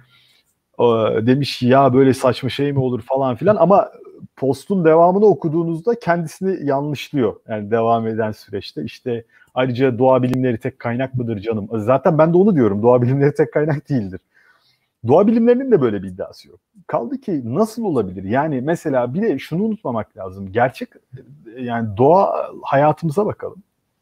O, demiş ki ya böyle saçma şey mi olur falan filan, ama postun devamını okuduğunuzda kendisini yanlışlıyor. Yani devam eden süreçte işte ayrıca doğa bilimleri tek kaynak mıdır canım? Zaten ben de onu diyorum, doğa bilimleri tek kaynak değildir. Doğa bilimlerinin de böyle bir iddiası yok. Kaldı ki nasıl olabilir? Yani mesela bir de şunu unutmamak lazım. Gerçek, yani doğa hayatımıza bakalım.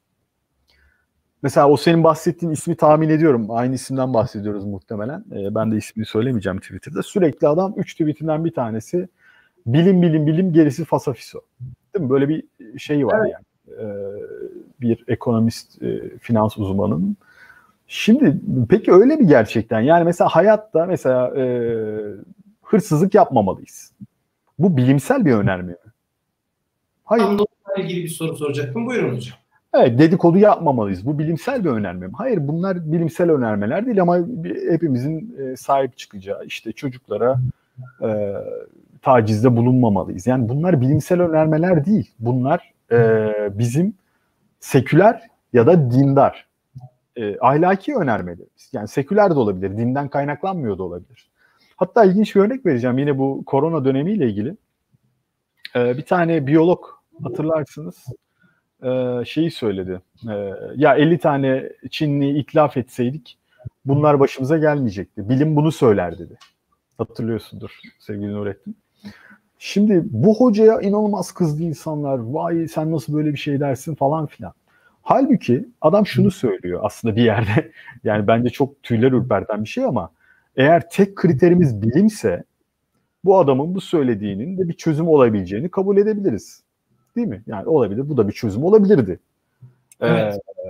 Mesela o senin bahsettiğin ismi tahmin ediyorum. Aynı isimden bahsediyoruz muhtemelen. Ee, ben de ismini söylemeyeceğim Twitter'da. Sürekli adam üç tweetinden bir tanesi bilim bilim bilim, gerisi fasafiso. Değil mi? Böyle bir şey var, evet. Yani. Ee, bir ekonomist, e, finans uzmanının. Şimdi peki öyle mi gerçekten? Yani mesela hayatta mesela e, hırsızlık yapmamalıyız. Bu bilimsel bir önerme mi? Hayır. Tam da ilgili bir soru soracaktım. Buyurun hocam. Evet, dedikodu yapmamalıyız. Bu bilimsel bir önerme mi? Hayır, bunlar bilimsel önermeler değil ama hepimizin e, sahip çıkacağı, işte çocuklara e, tacizde bulunmamalıyız. Yani bunlar bilimsel önermeler değil. Bunlar e, bizim seküler ya da dindar E, ahlaki önermelerimiz. Yani seküler de olabilir, dinden kaynaklanmıyor da olabilir. Hatta ilginç bir örnek vereceğim yine bu korona dönemiyle ilgili. E, bir tane biyolog, hatırlarsınız, e, şeyi söyledi. E, ya elli tane Çinli itlaf etseydik bunlar başımıza gelmeyecekti. Bilim bunu söyler dedi. Hatırlıyorsundur sevgili Nurettin. Şimdi bu hocaya inanılmaz kızdı insanlar. Vay sen nasıl böyle bir şey dersin falan filan. Halbuki adam şunu söylüyor aslında bir yerde, yani bence çok tüyler ürperten bir şey, ama eğer tek kriterimiz bilimse bu adamın bu söylediğinin de bir çözüm olabileceğini kabul edebiliriz. Değil mi? Yani olabilir, bu da bir çözüm olabilirdi. Evet. Ee,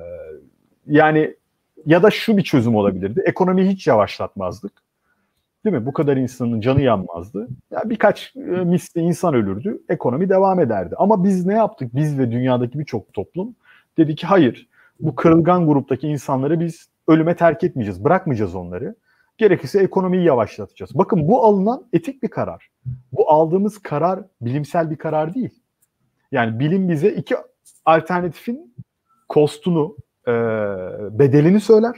yani ya da şu bir çözüm olabilirdi. Ekonomiyi hiç yavaşlatmazdık. Değil mi? Bu kadar insanın canı yanmazdı. Yani birkaç e, misli insan ölürdü. Ekonomi devam ederdi. Ama biz ne yaptık? Biz ve dünyadaki birçok toplum dedi ki hayır, bu kırılgan gruptaki insanları biz ölüme terk etmeyeceğiz, bırakmayacağız onları. Gerekirse ekonomiyi yavaşlatacağız. Bakın, bu alınan etik bir karar. Bu aldığımız karar bilimsel bir karar değil. Yani bilim bize iki alternatifin kostunu, e, bedelini söyler.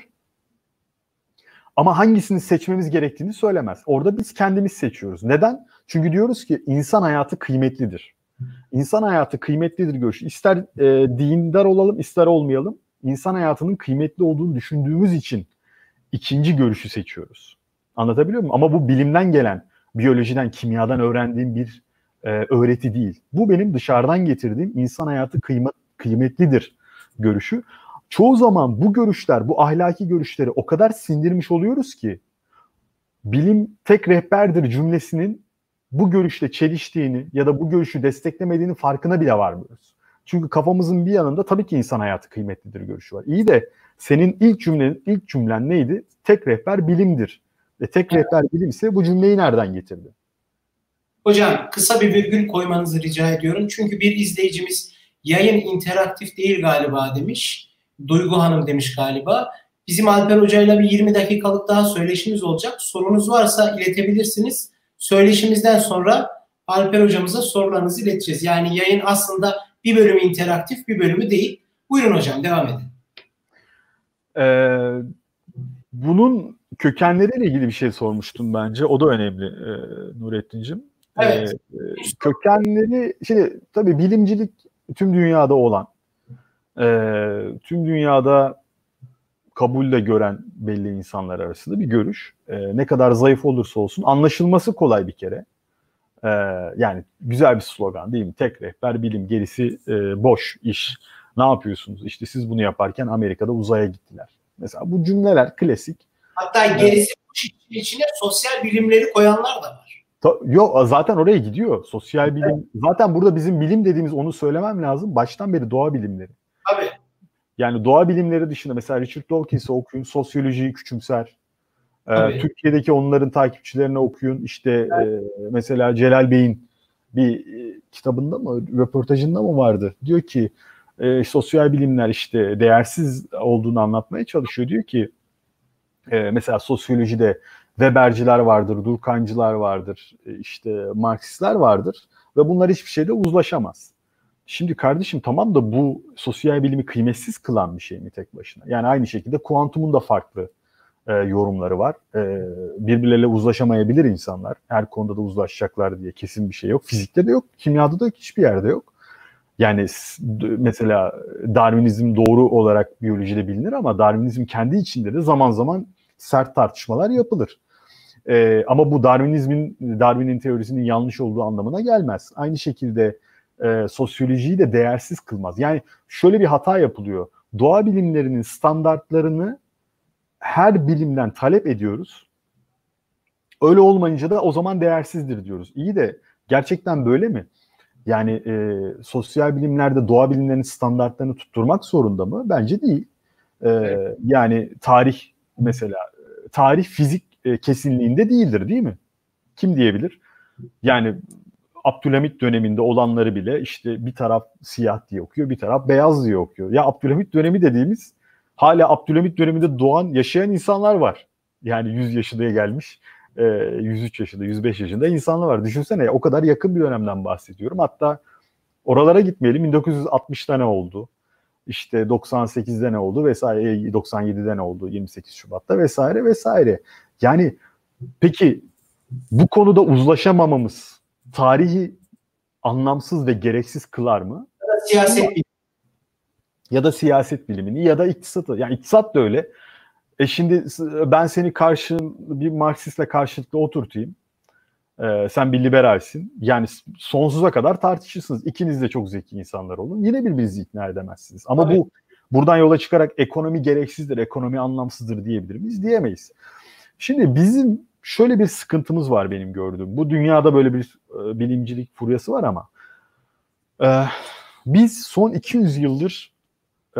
Ama hangisini seçmemiz gerektiğini söylemez. Orada biz kendimiz seçiyoruz. Neden? Çünkü diyoruz ki insan hayatı kıymetlidir. İnsan hayatı kıymetlidir görüşü. İster e, dindar olalım, ister olmayalım. İnsan hayatının kıymetli olduğunu düşündüğümüz için ikinci görüşü seçiyoruz. Anlatabiliyor muyum? Ama bu bilimden gelen, biyolojiden, kimyadan öğrendiğim bir e, öğreti değil. Bu benim dışarıdan getirdiğim insan hayatı kıymet, kıymetlidir görüşü. Çoğu zaman bu görüşler, bu ahlaki görüşleri o kadar sindirmiş oluyoruz ki bilim tek rehberdir cümlesinin bu görüşle çeliştiğini ya da bu görüşü desteklemediğinin farkına bile varmıyoruz. Çünkü kafamızın bir yanında tabii ki insan hayatı kıymetlidir görüşü var. İyi de senin ilk cümlen, ilk cümlen neydi? Tek rehber bilimdir. Ve tek rehber bilimse bu cümleyi nereden getirdi? Hocam kısa bir virgül koymanızı rica ediyorum. Çünkü bir izleyicimiz yayın interaktif değil galiba demiş. Duygu Hanım demiş galiba. Bizim Alper Hoca'yla bir yirmi dakikalık daha söyleşimiz olacak. Sorunuz varsa iletebilirsiniz. Söyleşimizden sonra Alper Hocamıza sorularınızı ileteceğiz. Yani yayın aslında bir bölümü interaktif, bir bölümü değil. Buyurun hocam, devam edin. Ee, bunun kökenleriyle ilgili bir şey sormuştum bence. O da önemli e, Nurettin'cim. Evet. Ee, kökenleri, şimdi tabii bilimcilik tüm dünyada olan, e, tüm dünyada kabulle gören belli insanlar arasında bir görüş. E, ne kadar zayıf olursa olsun anlaşılması kolay bir kere. E, yani güzel bir slogan değil mi? Tek rehber bilim, gerisi e, boş iş. Ne yapıyorsunuz? İşte siz bunu yaparken Amerika'da uzaya gittiler. Mesela bu cümleler klasik. Hatta gerisi boş işin içine sosyal bilimleri koyanlar da var. Yok, zaten oraya gidiyor. Sosyal bilim. Evet. Zaten burada bizim bilim dediğimiz, onu söylemem lazım. Baştan beri doğa bilimleri. Tabii. Yani doğa bilimleri dışında mesela Richard Dawkins'i okuyun, sosyolojiyi küçümser. Ee, Türkiye'deki onların takipçilerini okuyun. İşte evet. e, mesela Celal Bey'in bir e, kitabında mı, röportajında mı vardı? Diyor ki e, sosyal bilimler işte değersiz olduğunu anlatmaya çalışıyor. Diyor ki e, mesela sosyolojide Weberciler vardır, Durkheimciler vardır, e, işte Marksistler vardır ve bunlar hiçbir şeyde uzlaşamaz. Şimdi kardeşim tamam da bu sosyal bilimi kıymetsiz kılan bir şey mi tek başına? Yani aynı şekilde kuantumun da farklı e, yorumları var. E, birbirleriyle uzlaşamayabilir insanlar. Her konuda da uzlaşacaklar diye kesin bir şey yok. Fizikte de yok, kimyada da yok, hiçbir yerde yok. Yani mesela Darwinizm doğru olarak biyolojide bilinir ama Darwinizm kendi içinde de zaman zaman sert tartışmalar yapılır. E, ama bu Darwinizmin, Darwin'in teorisinin yanlış olduğu anlamına gelmez. Aynı şekilde E, sosyolojiyi de değersiz kılmaz. Yani şöyle bir hata yapılıyor. Doğa bilimlerinin standartlarını her bilimden talep ediyoruz. Öyle olmayınca da o zaman değersizdir diyoruz. İyi de gerçekten böyle mi? Yani e, sosyal bilimlerde doğa bilimlerinin standartlarını tutturmak zorunda mı? Bence değil. E, yani tarih mesela, tarih fizik e, kesinliğinde değildir değil mi? Kim diyebilir? Yani Abdülhamit döneminde olanları bile işte bir taraf siyah diye okuyor, bir taraf beyaz diye okuyor. Ya Abdülhamit dönemi dediğimiz, hala Abdülhamit döneminde doğan, yaşayan insanlar var. Yani yüz yaşına gelmiş, yüz üç yaşında, yüz beş yaşında insanlar var. Düşünsene, o kadar yakın bir dönemden bahsediyorum. Hatta oralara gitmeyelim, bin dokuz yüz altmışta ne oldu? İşte doksan sekizde ne oldu vesaire, doksan yedide ne oldu, yirmi sekiz Şubat'ta vesaire vesaire. Yani peki bu konuda uzlaşamamamız tarihi anlamsız ve gereksiz kılar mı? Ya da siyaset bilimi. Ya da siyaset bilimini ya da iktisatı. Yani iktisat da öyle. E şimdi ben seni karşın bir Marksistle karşılıklı oturtayım. Ee, sen bir liberalsin. Yani sonsuza kadar tartışırsınız. İkiniz de çok zeki insanlar olun. Yine birbirinizi ikna edemezsiniz. Ama evet, bu buradan yola çıkarak ekonomi gereksizdir, ekonomi anlamsızdır diyebilir miyiz? Diyemeyiz. Şimdi bizim şöyle bir sıkıntımız var benim gördüğüm. Bu dünyada böyle bir e, bilimcilik furyası var ama e, biz son iki yüz yıldır e,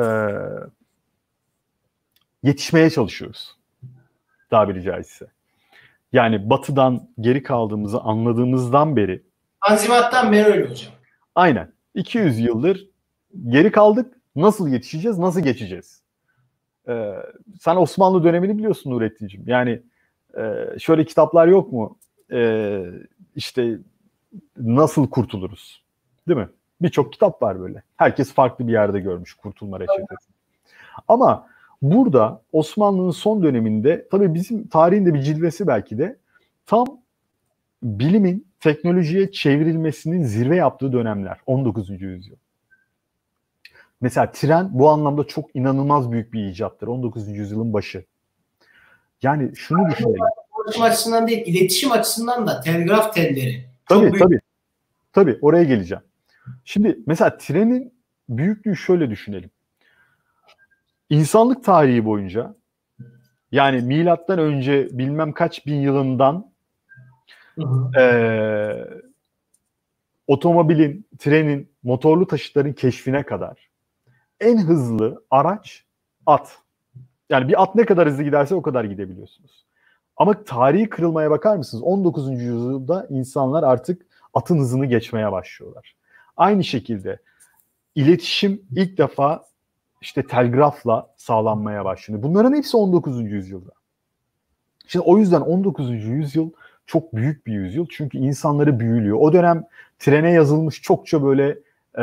yetişmeye çalışıyoruz. Tabiri caizse. Yani batıdan geri kaldığımızı anladığımızdan beri. Tanzimattan beri öyle hocam. Aynen. iki yüz yıldır geri kaldık. Nasıl yetişeceğiz? Nasıl geçeceğiz? E, sen Osmanlı dönemini biliyorsun Nurettin'cim. Yani Ee, şöyle kitaplar yok mu? Ee, işte nasıl kurtuluruz? Değil mi? Birçok kitap var böyle. Herkes farklı bir yerde görmüş kurtulma reçetesi. Ama burada Osmanlı'nın son döneminde, tabii bizim tarihin de bir cilvesi belki de, tam bilimin teknolojiye çevrilmesinin zirve yaptığı dönemler. on dokuzuncu yüzyıl. Mesela tren bu anlamda çok inanılmaz büyük bir icattır. on dokuzuncu yüzyılın başı. Yani şunu düşünelim. Ulaşım açısından değil, iletişim açısından da telgraf telleri. Tabii çok büyük. tabii. Tabii oraya geleceğim. Şimdi mesela trenin büyüklüğü şöyle düşünelim. İnsanlık tarihi boyunca Yani milattan önce bilmem kaç bin yılından Hı hı. e, otomobilin, trenin, motorlu taşıtların keşfine kadar en hızlı araç at. Yani bir at ne kadar hızlı giderse o kadar gidebiliyorsunuz. Ama tarihi kırılmaya bakar mısınız? on dokuzuncu yüzyılda insanlar artık atın hızını geçmeye başlıyorlar. Aynı şekilde iletişim ilk defa işte telgrafla sağlanmaya başlıyor. Bunların hepsi on dokuzuncu yüzyılda. Şimdi o yüzden on dokuzuncu yüzyıl çok büyük bir yüzyıl. Çünkü insanları büyülüyor. O dönem trene yazılmış çokça böyle e,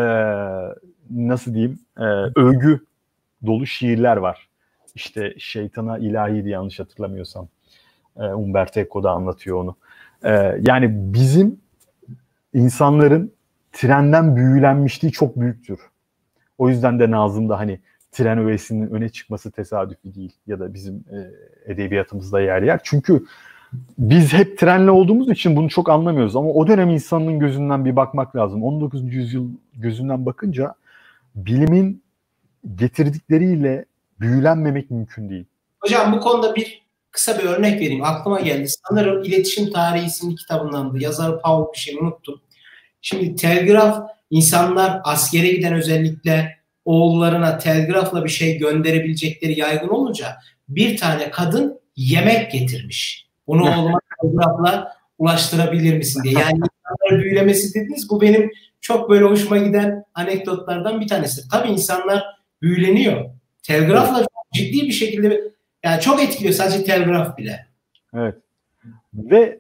nasıl diyeyim e, övgü dolu şiirler var. İşte şeytana ilahiydi yanlış hatırlamıyorsam. E, Umberto Eco da anlatıyor onu. E, yani bizim insanların trenden büyülenmişliği çok büyüktür. O yüzden de Nazım'da hani tren öğesinin öne çıkması tesadüfi değil. Ya da bizim e, edebiyatımızda yer yer. Çünkü biz hep trenle olduğumuz için bunu çok anlamıyoruz. Ama o dönem insanın gözünden bir bakmak lazım. on dokuzuncu yüzyıl gözünden bakınca bilimin getirdikleriyle büyülenmemek mümkün değil. Hocam bu konuda bir kısa bir örnek vereyim. Aklıma geldi. Sanırım İletişim Tarihi isimli kitabındandı. Yazarı Paul bir şey unuttum. Şimdi telgraf, insanlar askere giden özellikle oğullarına telgrafla bir şey gönderebilecekleri yaygın olunca bir tane kadın yemek getirmiş. Bunu oğluma telgrafla ulaştırabilir misin diye. Yani insanların büyülemesi dediniz. Bu benim çok böyle hoşuma giden anekdotlardan bir tanesi. Tabii insanlar büyüleniyor. Telgrafla çok ciddi bir şekilde, yani çok etkiliyor sadece telgraf bile. Evet. Ve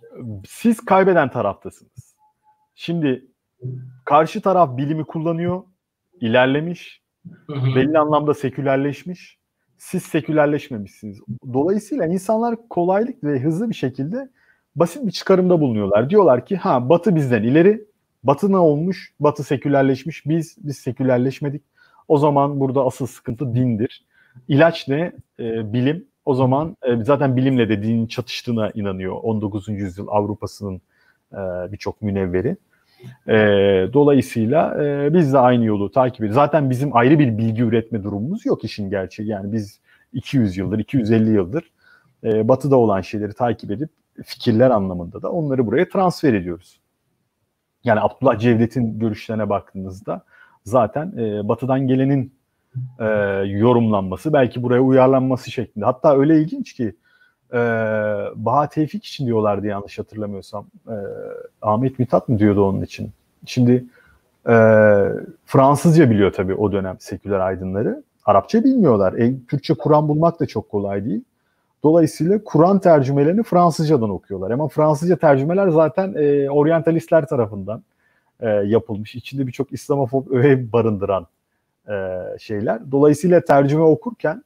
siz kaybeden taraftasınız. Şimdi karşı taraf bilimi kullanıyor, ilerlemiş, hı hı. belli anlamda sekülerleşmiş. Siz sekülerleşmemişsiniz. Dolayısıyla insanlar kolaylık ve hızlı bir şekilde basit bir çıkarımda bulunuyorlar. Diyorlar ki ha Batı bizden ileri, Batı ne olmuş? Batı sekülerleşmiş, biz biz sekülerleşmedik. O zaman burada asıl sıkıntı dindir. İlaç ne? Ee, bilim. O zaman e, zaten bilimle de dinin çatıştığına inanıyor on dokuzuncu yüzyıl Avrupa'sının e, birçok münevveri. E, dolayısıyla e, biz de aynı yolu takip ediyoruz. Zaten bizim ayrı bir bilgi üretme durumumuz yok işin gerçeği. Yani biz iki yüz yıldır, iki yüz elli yıldır e, batıda olan şeyleri takip edip fikirler anlamında da onları buraya transfer ediyoruz. Yani Abdullah Cevdet'in görüşlerine baktığınızda zaten e, batıdan gelenin e, yorumlanması, belki buraya uyarlanması şeklinde. Hatta öyle ilginç ki e, Baha Tevfik için diyorlardı yanlış hatırlamıyorsam. E, Ahmet Mithat mı diyordu onun için? Şimdi e, Fransızca biliyor tabii o dönem seküler aydınları. Arapça bilmiyorlar. E, Türkçe Kur'an bulmak da çok kolay değil. Dolayısıyla Kur'an tercümelerini Fransızcadan okuyorlar. Ama Fransızca tercümeler zaten e, oryantalistler tarafından e, yapılmış. İçinde birçok İslamofob öğe barındıran e, şeyler. Dolayısıyla tercüme okurken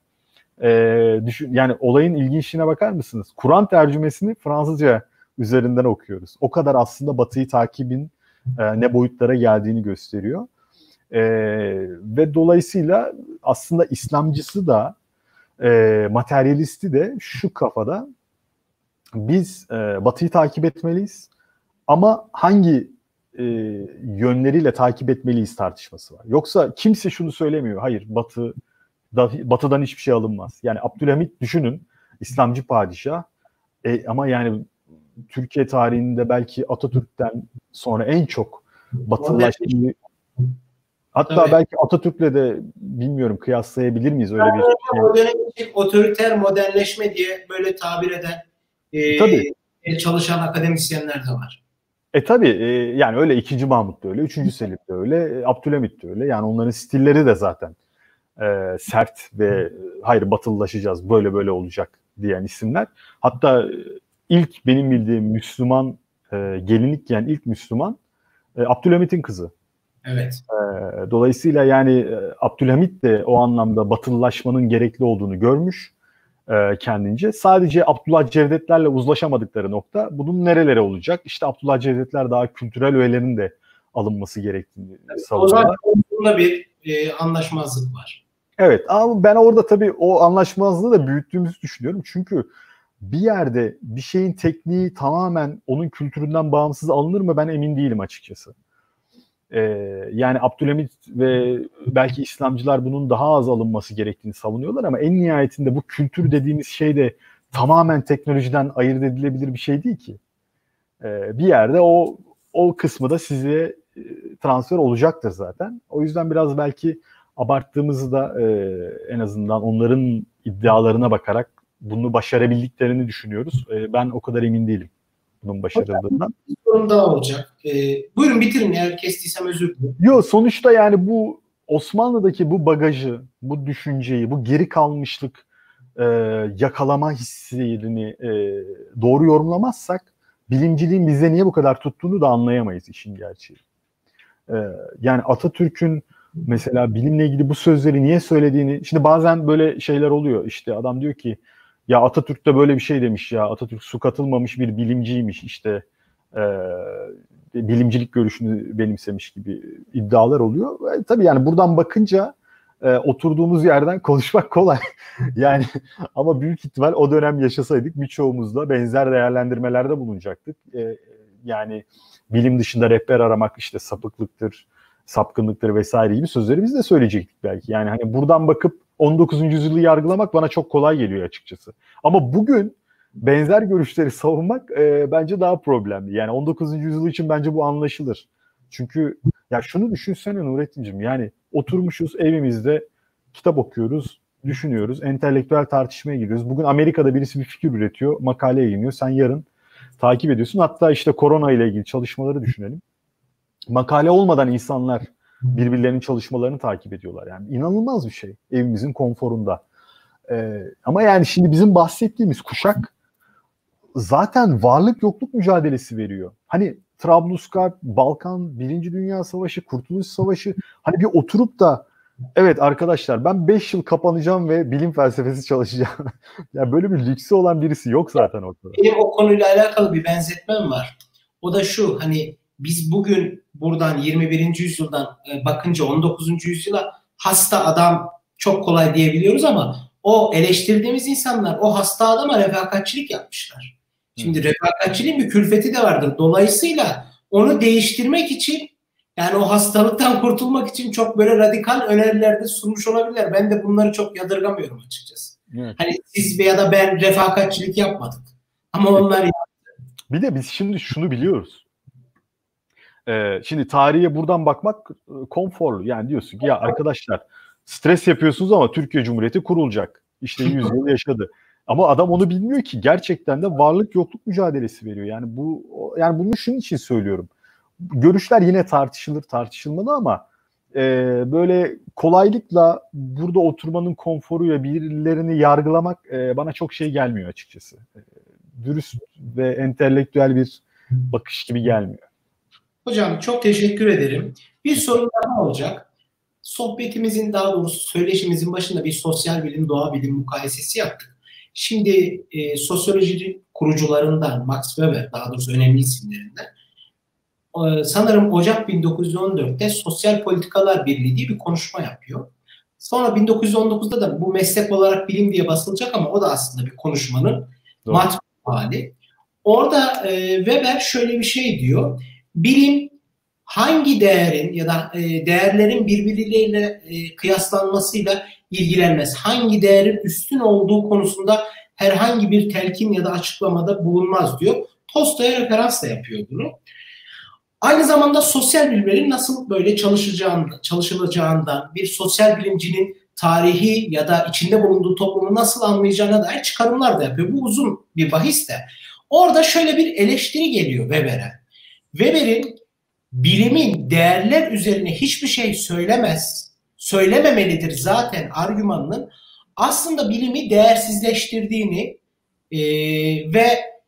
e, düşün, yani olayın ilginçliğine bakar mısınız? Kur'an tercümesini Fransızca üzerinden okuyoruz. O kadar aslında Batı'yı takibin e, ne boyutlara geldiğini gösteriyor. E, ve dolayısıyla aslında İslamcısı da e, materyalisti de şu kafada, biz e, Batı'yı takip etmeliyiz ama hangi e, yönleriyle takip etmeliyiz tartışması var. Yoksa kimse şunu söylemiyor. Hayır, Batı da, Batı'dan hiçbir şey alınmaz. Yani Abdülhamit düşünün, İslamcı padişah e, ama yani Türkiye tarihinde belki Atatürk'ten sonra en çok Batılılaştığı, hatta tabii belki Atatürk'le de bilmiyorum kıyaslayabilir miyiz öyle bir şey. O dönem otoriter modernleşme diye böyle tabir eden e, tabii. çalışan akademisyenler de var. E tabii e, yani öyle ikinci Mahmut da öyle, üçüncü Selim de öyle, e, Abdülhamit de öyle. Yani onların stilleri de zaten e, sert ve hayır batılılaşacağız, böyle böyle olacak diyen isimler. Hatta ilk benim bildiğim Müslüman e, gelinlik giyen ilk Müslüman e, Abdülhamit'in kızı. Evet. E, dolayısıyla yani e, Abdülhamit de o anlamda batılılaşmanın gerekli olduğunu görmüş e, kendince. Sadece Abdullah Cevdetlerle uzlaşamadıkları nokta bunun nerelere olacak? İşte Abdullah Cevdetler daha kültürel öğelerin de alınması gerektiğini savunuyorlar. O zaman bir e, anlaşmazlık var. Evet ama ben orada tabii o anlaşmazlığı da büyüttüğümüzü düşünüyorum. Çünkü bir yerde bir şeyin tekniği tamamen onun kültüründen bağımsız alınır mı ben emin değilim açıkçası. Ee, yani Abdülhamit ve belki İslamcılar bunun daha az alınması gerektiğini savunuyorlar ama en nihayetinde bu kültür dediğimiz şey de tamamen teknolojiden ayırt edilebilir bir şey değil ki. Ee, bir yerde o o kısmı da size e, transfer olacaktır zaten. O yüzden biraz belki abarttığımızı da e, en azından onların iddialarına bakarak bunu başarabildiklerini düşünüyoruz. E, ben o kadar emin değilim bunun başarıldığından. Bir sorun daha olacak. Ee, buyurun bitirin, eğer kestiysem özür dilerim. Yok, sonuçta yani bu Osmanlı'daki bu bagajı, bu düşünceyi, bu geri kalmışlık e, yakalama hissini e, doğru yorumlamazsak bilimciliğin bize niye bu kadar tuttuğunu da anlayamayız işin gerçeği. E, yani Atatürk'ün mesela bilimle ilgili bu sözleri niye söylediğini, şimdi bazen böyle şeyler oluyor, işte adam diyor ki ya Atatürk de böyle bir şey demiş, ya Atatürk su katılmamış bir bilimciymiş, işte e, bilimcilik görüşünü benimsemiş gibi iddialar oluyor. E, tabii yani buradan bakınca e, oturduğumuz yerden konuşmak kolay. Yani ama büyük ihtimal o dönem yaşasaydık birçoğumuz da benzer değerlendirmelerde bulunacaktık. E, yani bilim dışında rehber aramak işte sapıklıktır, sapkınlıktır vesaire gibi sözleri biz de söyleyecektik belki. Yani hani buradan bakıp on dokuzuncu yüzyılı yargılamak bana çok kolay geliyor açıkçası. Ama bugün benzer görüşleri savunmak e, bence daha problemli. Yani on dokuzuncu yüzyıl için bence bu anlaşılır. Çünkü ya şunu düşünsene Nurettin'cim, yani oturmuşuz evimizde kitap okuyoruz, düşünüyoruz, entelektüel tartışmaya giriyoruz. Bugün Amerika'da birisi bir fikir üretiyor, makale yayınlıyor. Sen yarın takip ediyorsun. Hatta işte korona ile ilgili çalışmaları düşünelim. Makale olmadan insanlar birbirlerinin çalışmalarını takip ediyorlar. Yani inanılmaz bir şey evimizin konforunda. Ee, ama yani şimdi bizim bahsettiğimiz kuşak zaten varlık yokluk mücadelesi veriyor. Hani Trablusgarp, Balkan, Birinci Dünya Savaşı, Kurtuluş Savaşı, hani bir oturup da evet arkadaşlar ben beş yıl kapanacağım ve bilim felsefesi çalışacağım. Yani böyle bir lüksü olan birisi yok zaten ortada. Benim o konuyla alakalı bir benzetmem var. O da şu, hani biz bugün buradan yirmi birinci yüzyıldan bakınca on dokuzuncu yüzyıla hasta adam çok kolay diyebiliyoruz ama o eleştirdiğimiz insanlar o hasta adama refakatçilik yapmışlar. Şimdi hmm. refakatçiliğin bir külfeti de vardır. Dolayısıyla onu değiştirmek için, yani o hastalıktan kurtulmak için çok böyle radikal önerilerde sunmuş olabilirler. Ben de bunları çok yadırgamıyorum açıkçası. Evet. Hani siz ya da ben refakatçilik yapmadık. Ama onlar yaptı. Bir de biz şimdi şunu biliyoruz. Ee, şimdi tarihe buradan bakmak konforlu. Yani diyorsun ki ya arkadaşlar stres yapıyorsunuz ama Türkiye Cumhuriyeti kurulacak. İşte yüz yıl yaşadı. Ama adam onu bilmiyor ki gerçekten de varlık yokluk mücadelesi veriyor. Yani bu yani bunu şunun için söylüyorum. Görüşler yine tartışılır, tartışılmalı ama e, böyle kolaylıkla burada oturmanın konforuyla birilerini yargılamak e, bana çok şey gelmiyor açıkçası. E, dürüst ve entelektüel bir bakış gibi gelmiyor. Hocam çok teşekkür ederim. Bir soru daha olacak. Sohbetimizin, daha doğrusu söyleşimizin başında bir sosyal bilim, doğa bilim mukayesesi yaptık. Şimdi e, sosyoloji kurucularından Max Weber, daha doğrusu önemli isimlerinden, e, sanırım Ocak bin dokuz yüz on dörtte Sosyal Politikalar Birliği diye bir konuşma yapıyor. Sonra bin dokuz yüz on dokuzda da bu meslek olarak bilim diye basılacak ama o da aslında bir konuşmanın matbu hali. Orada e, Weber şöyle bir şey diyor. Bilim hangi değerin ya da e, değerlerin birbirleriyle e, kıyaslanmasıyla ilgilenmez. Hangi değerin üstün olduğu konusunda herhangi bir telkin ya da açıklamada bulunmaz diyor. Tolstoy'a referans da yapıyor bunu. Aynı zamanda sosyal bilimlerin nasıl böyle çalışacağından, çalışılacağından, bir sosyal bilimcinin tarihi ya da içinde bulunduğu toplumu nasıl anlayacağına dair çıkarımlar da yapıyor. Bu uzun bir bahis de. Orada şöyle bir eleştiri geliyor Weber'e. Weber'in bilimin değerler üzerine hiçbir şey söylemez, söylememelidir zaten argümanının aslında bilimi değersizleştirdiğini e, ve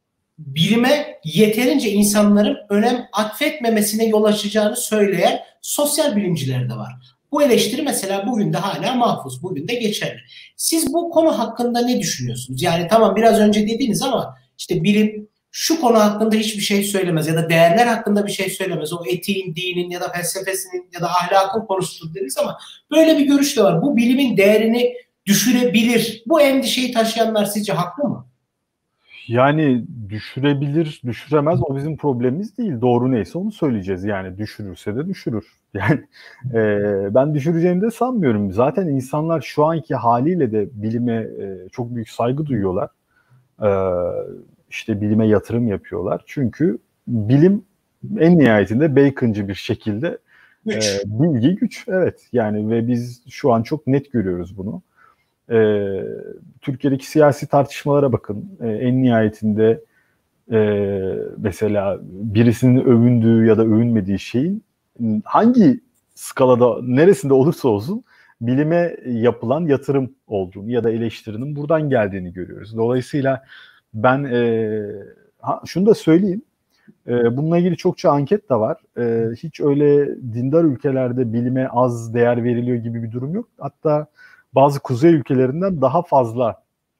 bilime yeterince insanların önem atfetmemesine yol açacağını söyleyen sosyal bilimciler de var. Bu eleştiri mesela bugün de hala mahfuz, bugün de geçerli. Siz bu konu hakkında ne düşünüyorsunuz? Yani tamam biraz önce dediniz ama işte bilim şu konu hakkında hiçbir şey söylemez ya da değerler hakkında bir şey söylemez. O etiğin, dinin ya da felsefesinin ya da ahlakın konusudur dediniz ama böyle bir görüş de var. Bu bilimin değerini düşürebilir. Bu endişeyi taşıyanlar sizce haklı mı? Yani düşürebilir, düşüremez, o bizim problemimiz değil. Doğru neyse onu söyleyeceğiz. Yani düşürürse de düşürür. Yani e, ben düşüreceğini de sanmıyorum. Zaten insanlar şu anki haliyle de bilime e, çok büyük saygı duyuyorlar. E, işte bilime yatırım yapıyorlar. Çünkü bilim en nihayetinde Bacon'cı bir şekilde e, Güç. bilgi güç. Evet yani ve biz şu an çok net görüyoruz bunu. E, Türkiye'deki siyasi tartışmalara bakın. E, en nihayetinde e, mesela birisinin övündüğü ya da övünmediği şeyin hangi skalada neresinde olursa olsun bilime yapılan yatırım olduğunu ya da eleştirinin buradan geldiğini görüyoruz. Dolayısıyla ben e, ha, şunu da söyleyeyim. E, bununla ilgili çokça anket de var. E, hiç öyle dindar ülkelerde bilime az değer veriliyor gibi bir durum yok. Hatta bazı kuzey ülkelerinden daha fazla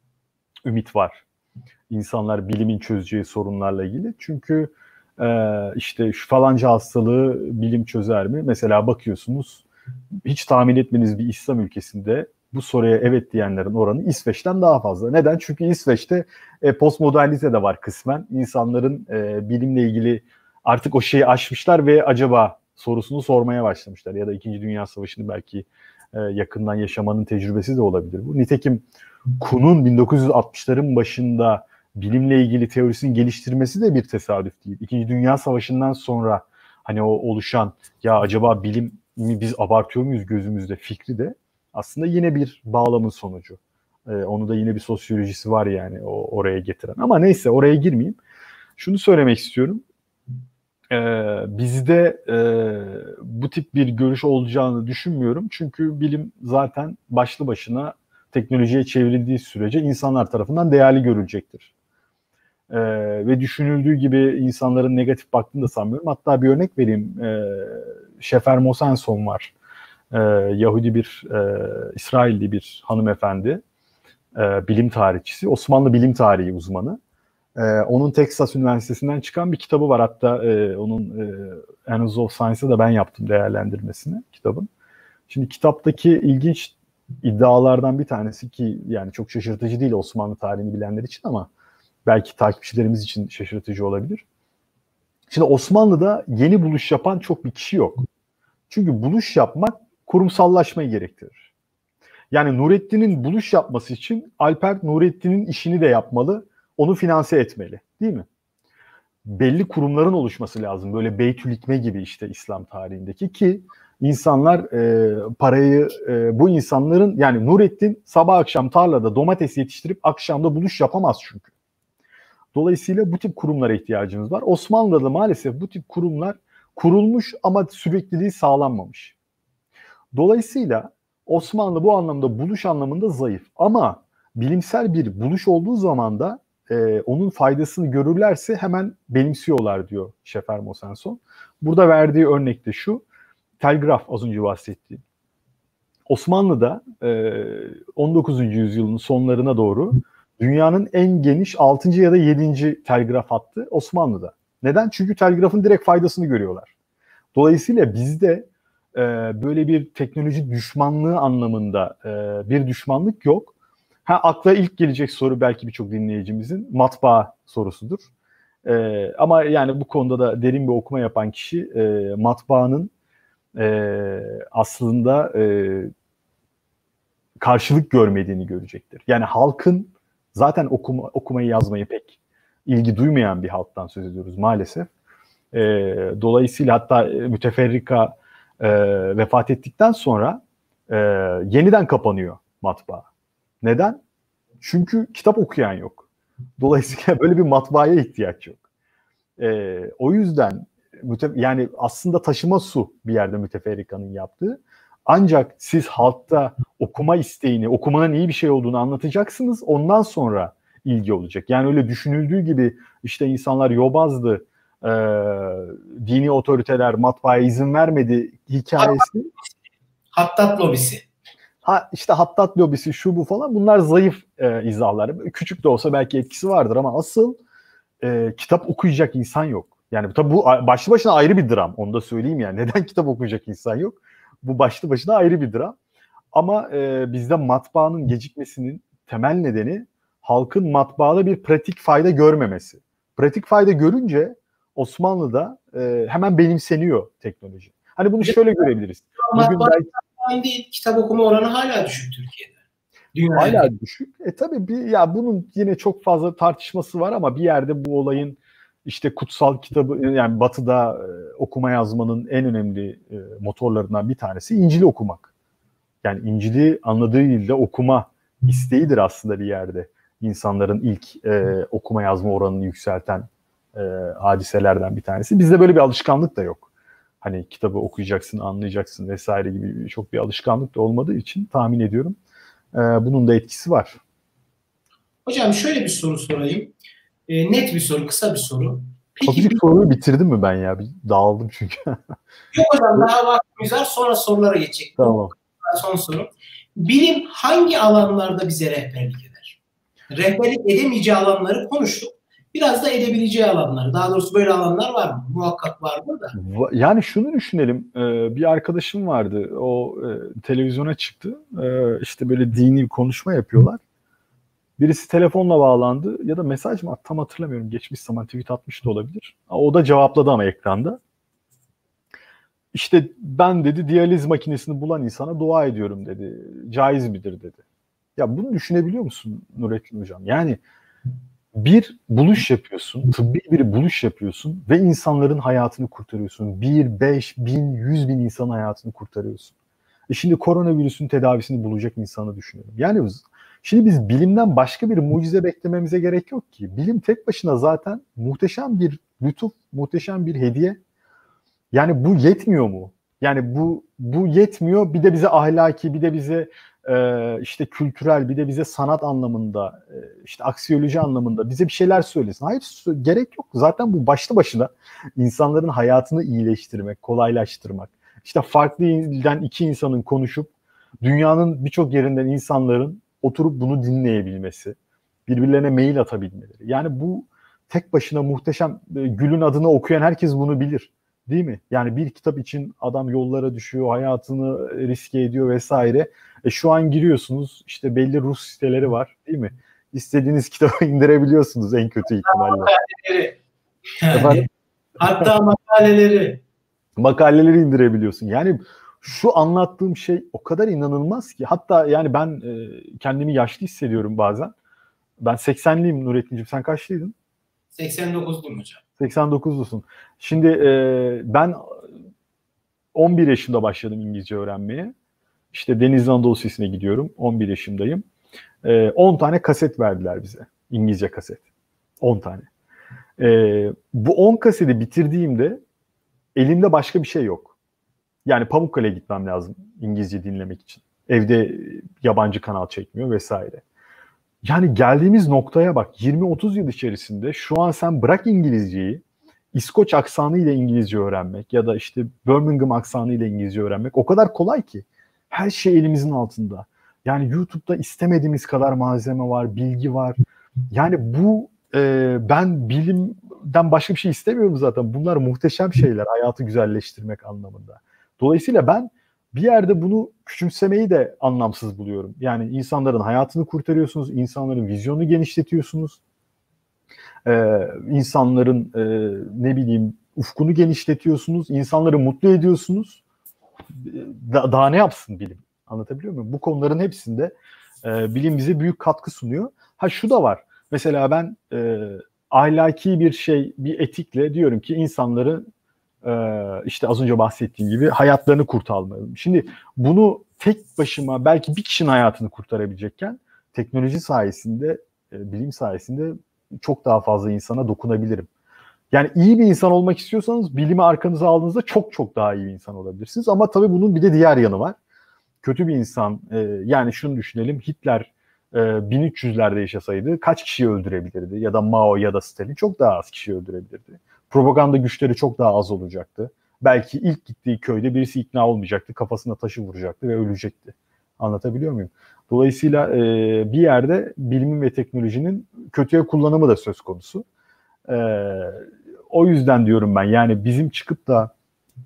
ümit var insanlar bilimin çözeceği sorunlarla ilgili. Çünkü e, işte şu falanca hastalığı bilim çözer mi? Mesela bakıyorsunuz hiç tahmin etmediğiniz bir İslam ülkesinde bu soruya evet diyenlerin oranı İsveç'ten daha fazla. Neden? Çünkü İsveç'te e, postmodernite de var kısmen. İnsanların e, bilimle ilgili artık o şeyi aşmışlar ve acaba sorusunu sormaya başlamışlar. Ya da İkinci Dünya Savaşı'nı belki e, yakından yaşamanın tecrübesi de olabilir bu. Nitekim Kuhn'un bin dokuz yüz altmışların başında bilimle ilgili teorisini geliştirmesi de bir tesadüf değil. İkinci Dünya Savaşı'ndan sonra hani o oluşan ya acaba bilim mi biz abartıyor muyuz gözümüzde fikri de aslında yine bir bağlamın sonucu. Ee, onu da yine bir sosyolojisi var yani o oraya getiren. Ama neyse oraya girmeyeyim. Şunu söylemek istiyorum. Ee, bizde e, bu tip bir görüş olacağını düşünmüyorum. Çünkü bilim zaten başlı başına teknolojiye çevrildiği sürece insanlar tarafından değerli görülecektir. Ee, ve düşünüldüğü gibi insanların negatif baktığını da sanmıyorum. Hatta bir örnek vereyim. Ee, Şefer Mosenson var. Ee, Yahudi bir, e, İsrailli bir hanımefendi. E, bilim tarihçisi. Osmanlı bilim tarihi uzmanı. E, onun Texas Üniversitesi'nden çıkan bir kitabı var. Hatta e, onun e, Annals of Science'ı da ben yaptım değerlendirmesini kitabın. Şimdi kitaptaki ilginç iddialardan bir tanesi ki yani çok şaşırtıcı değil Osmanlı tarihini bilenler için ama belki takipçilerimiz için şaşırtıcı olabilir. Şimdi Osmanlı'da yeni buluş yapan çok bir kişi yok. Çünkü buluş yapmak kurumsallaşmayı gerektirir. Yani Nurettin'in buluş yapması için Alper Nurettin'in işini de yapmalı, onu finanse etmeli, değil mi? Belli kurumların oluşması lazım. Böyle Beytül Hikme gibi işte İslam tarihindeki ki insanlar e, parayı e, bu insanların yani Nurettin sabah akşam tarlada domates yetiştirip akşamda buluş yapamaz çünkü. Dolayısıyla bu tip kurumlara ihtiyacımız var. Osmanlı'da da maalesef bu tip kurumlar kurulmuş ama sürekliliği sağlanmamış. Dolayısıyla Osmanlı bu anlamda buluş anlamında zayıf. Ama bilimsel bir buluş olduğu zaman da e, onun faydasını görürlerse hemen benimsiyorlar diyor Şefer Mosenson. Burada verdiği örnek de şu. Telgraf az önce bahsettiğim. Osmanlı'da e, on dokuzuncu yüzyılın sonlarına doğru dünyanın en geniş altıncı ya da yedinci telgraf hattı Osmanlı'da. Neden? Çünkü telgrafın direkt faydasını görüyorlar. Dolayısıyla bizde e, böyle bir teknoloji düşmanlığı anlamında e, bir düşmanlık yok. Ha, akla ilk gelecek soru belki birçok dinleyicimizin matbaa sorusudur. E, ama yani bu konuda da derin bir okuma yapan kişi e, matbaanın e, aslında e, karşılık görmediğini görecektir. Yani halkın zaten okuma, okumayı yazmayı pek ilgi duymayan bir halktan söz ediyoruz maalesef. E, dolayısıyla hatta müteferrika e, vefat ettikten sonra e, yeniden kapanıyor matbaa. Neden? Çünkü kitap okuyan yok. Dolayısıyla böyle bir matbaaya ihtiyaç yok. E, o yüzden müte- yani aslında taşıma su bir yerde müteferrikanın yaptığı. Ancak siz halkta okuma isteğini, okumanın iyi bir şey olduğunu anlatacaksınız. Ondan sonra ilgi olacak. Yani öyle düşünüldüğü gibi işte insanlar yobazdı, e, dini otoriteler matbaaya izin vermedi hikayesi. Hattat lobisi. Ha, işte Hattat lobisi şu bu falan bunlar zayıf e, izahlar. Küçük de olsa belki etkisi vardır ama asıl e, kitap okuyacak insan yok. Yani tabii bu başlı başına ayrı bir dram. Onu da söyleyeyim yani. Neden kitap okuyacak insan yok? Bu başlı başına ayrı bir dram. Ama e, bizde matbaanın gecikmesinin temel nedeni halkın matbaada bir pratik fayda görmemesi. Pratik fayda görünce Osmanlı'da e, hemen benimseniyor teknoloji. Hani bunu şöyle görebiliriz. Bugün belki değil, kitap okuma oranı hala düşük Türkiye'de. Dünyada. Hala düşük. E tabii bir, ya bunun yine çok fazla tartışması var ama bir yerde bu olayın işte kutsal kitabı, yani Batı'da e, okuma yazmanın en önemli e, motorlarından bir tanesi İncil'i okumak. Yani İncil'i anladığı dilde okuma isteğidir aslında bir yerde. İnsanların ilk e, okuma yazma oranını yükselten e, hadiselerden bir tanesi. Bizde böyle bir alışkanlık da yok. Hani kitabı okuyacaksın, anlayacaksın vesaire gibi çok bir alışkanlık da olmadığı için tahmin ediyorum e, bunun da etkisi var. Hocam şöyle bir soru sorayım. E, net bir soru, kısa bir soru. Peki bir soruyu bitirdim mi ben ya? Bir dağıldım çünkü. Yok hocam, daha vaktimiz var. Sonra sorulara geçecek. Tamam. Son soru. Bilim hangi alanlarda bize rehberlik eder? Rehberlik edemeyeceği alanları konuştuk. Biraz da edebileceği alanları. Daha doğrusu böyle alanlar var mı? Muhakkak vardır da. Yani şunu düşünelim. Bir arkadaşım vardı. O televizyona çıktı. İşte böyle dini bir konuşma yapıyorlar. Birisi telefonla bağlandı ya da mesaj mı attı tam hatırlamıyorum. Geçmiş zaman tweet atmış da olabilir. O da cevapladı ama ekranda. İşte ben dedi diyaliz makinesini bulan insana dua ediyorum dedi. Caiz midir dedi. Ya bunu düşünebiliyor musun Nurettin Hocam? Yani bir buluş yapıyorsun, tıbbi bir buluş yapıyorsun ve insanların hayatını kurtarıyorsun. Bir, beş, bin, yüz bin insanın hayatını kurtarıyorsun. E şimdi koronavirüsün tedavisini bulacak insanı düşünüyorum. Yani şimdi biz bilimden başka bir mucize beklememize gerek yok ki. Bilim tek başına zaten muhteşem bir lütuf, muhteşem bir hediye. Yani bu yetmiyor mu? Yani bu bu yetmiyor. Bir de bize ahlaki, bir de bize e, işte kültürel, bir de bize sanat anlamında, e, işte aksiyoloji anlamında bize bir şeyler söylesin. Hayır, gerek yok. Zaten bu başlı başına insanların hayatını iyileştirmek, kolaylaştırmak. İşte farklı dilden iki insanın konuşup dünyanın birçok yerinden insanların oturup bunu dinleyebilmesi, birbirlerine mail atabilmeleri. Yani bu tek başına muhteşem. Gül'ün adını okuyan herkes bunu bilir. Değil mi? Yani bir kitap için adam yollara düşüyor, hayatını riske ediyor vesaire. E şu an giriyorsunuz, işte belli Rus siteleri var, değil mi? İstediğiniz kitabı indirebiliyorsunuz en kötü ihtimalle. Makaleleri. Yani, hatta makaleleri. Makaleleri indirebiliyorsun. Yani şu anlattığım şey o kadar inanılmaz ki. Hatta yani ben e, kendimi yaşlı hissediyorum bazen. Ben seksenliyim Nurettin'cim. Sen kaçlıydın? seksen dokuzluyum hocam. seksen dokuzlusun. Şimdi e, ben on bir yaşında başladım İngilizce öğrenmeye. İşte Denizli Anadolu Lisesi'ne gidiyorum. on bir yaşındayım. E, on tane kaset verdiler bize. İngilizce kaset. on tane. E, bu on kaseti bitirdiğimde elimde başka bir şey yok. Yani Pamukkale'ye gitmem lazım İngilizce dinlemek için. Evde yabancı kanal çekmiyor vesaire. Yani geldiğimiz noktaya bak, yirmi otuz yıl içerisinde şu an sen bırak İngilizceyi, İskoç aksanı ile İngilizce öğrenmek ya da işte Birmingham aksanı ile İngilizce öğrenmek o kadar kolay ki. Her şey elimizin altında. Yani YouTube'da istemediğimiz kadar malzeme var, bilgi var. Yani bu e, ben bilimden başka bir şey istemiyorum zaten. Bunlar muhteşem şeyler hayatı güzelleştirmek anlamında. Dolayısıyla ben bir yerde bunu küçümsemeyi de anlamsız buluyorum. Yani insanların hayatını kurtarıyorsunuz, insanların vizyonunu genişletiyorsunuz. Ee, insanların e, ne bileyim ufkunu genişletiyorsunuz, insanları mutlu ediyorsunuz. Da, daha ne yapsın bilim? Anlatabiliyor muyum? Bu konuların hepsinde e, bilim bize büyük katkı sunuyor. Ha şu da var. Mesela ben e, ahlaki bir şey, bir etikle diyorum ki insanları işte az önce bahsettiğim gibi hayatlarını kurtarmalıyım. Şimdi bunu tek başıma belki bir kişinin hayatını kurtarabilecekken teknoloji sayesinde, bilim sayesinde çok daha fazla insana dokunabilirim. Yani iyi bir insan olmak istiyorsanız bilimi arkanıza aldığınızda çok çok daha iyi bir insan olabilirsiniz. Ama tabii bunun bir de diğer yanı var. Kötü bir insan, yani şunu düşünelim, Hitler bin üç yüzlerde yaşasaydı kaç kişiyi öldürebilirdi? Ya da Mao ya da Stalin çok daha az kişiyi öldürebilirdi. Propaganda güçleri çok daha az olacaktı. Belki ilk gittiği köyde birisi ikna olmayacaktı, kafasına taşı vuracaktı ve ölecekti. Anlatabiliyor muyum? Dolayısıyla e, bir yerde bilimin ve teknolojinin kötüye kullanımı da söz konusu. E, o yüzden diyorum ben, yani bizim çıkıp da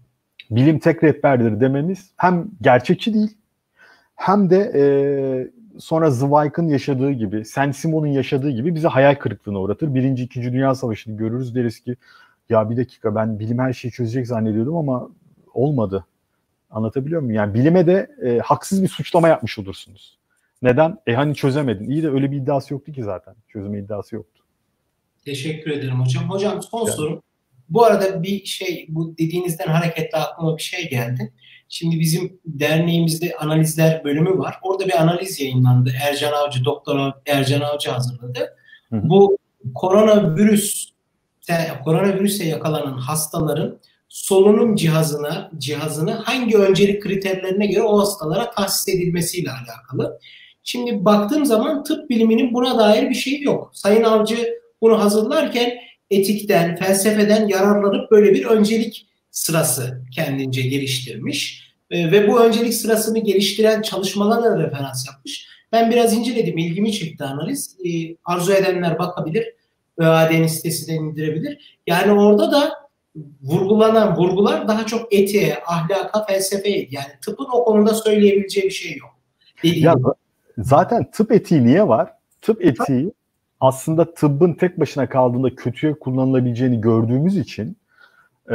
bilim tek rehberdir dememiz hem gerçekçi değil, hem de e, sonra Zweig'ın yaşadığı gibi, Saint-Simon'un yaşadığı gibi bizi hayal kırıklığına uğratır. Birinci, İkinci Dünya Savaşı'nı görürüz, deriz ki ya bir dakika, ben bilim her şeyi çözecek zannediyordum ama olmadı. Anlatabiliyor muyum? Yani bilime de e, haksız bir suçlama yapmış olursunuz. Neden? E hani çözemedin. İyi de öyle bir iddiası yoktu ki zaten. Çözme iddiası yoktu. Teşekkür ederim hocam. Hocam son yani. sorum. Bu arada bir şey, bu dediğinizden hareketle aklıma bir şey geldi. Şimdi bizim derneğimizde analizler bölümü var. Orada bir analiz yayınlandı. Ercan Avcı, Doktor Ercan Avcı hazırladı. Hı hı. Bu koronavirüs, koronavirüse yakalanan hastaların solunum cihazına cihazını hangi öncelik kriterlerine göre o hastalara tahsis edilmesiyle alakalı. Şimdi baktığım zaman tıp biliminin buna dair bir şey yok. Sayın Avcı bunu hazırlarken etikten, felsefeden yararlanıp böyle bir öncelik sırası kendince geliştirmiş. E, ve bu öncelik sırasını geliştiren çalışmalara referans yapmış. Ben biraz inceledim, ilgimi çekti analiz. E, arzu edenler bakabilir, ÖAD'nin sitesinden indirebilir. Yani orada da vurgulanan vurgular daha çok etiğe, ahlaka, felsefeye. Yani tıpın o konuda söyleyebileceği bir şey yok. Ya, zaten tıp etiği niye var? Tıp etiği aslında tıbbın tek başına kaldığında kötüye kullanılabileceğini gördüğümüz için e,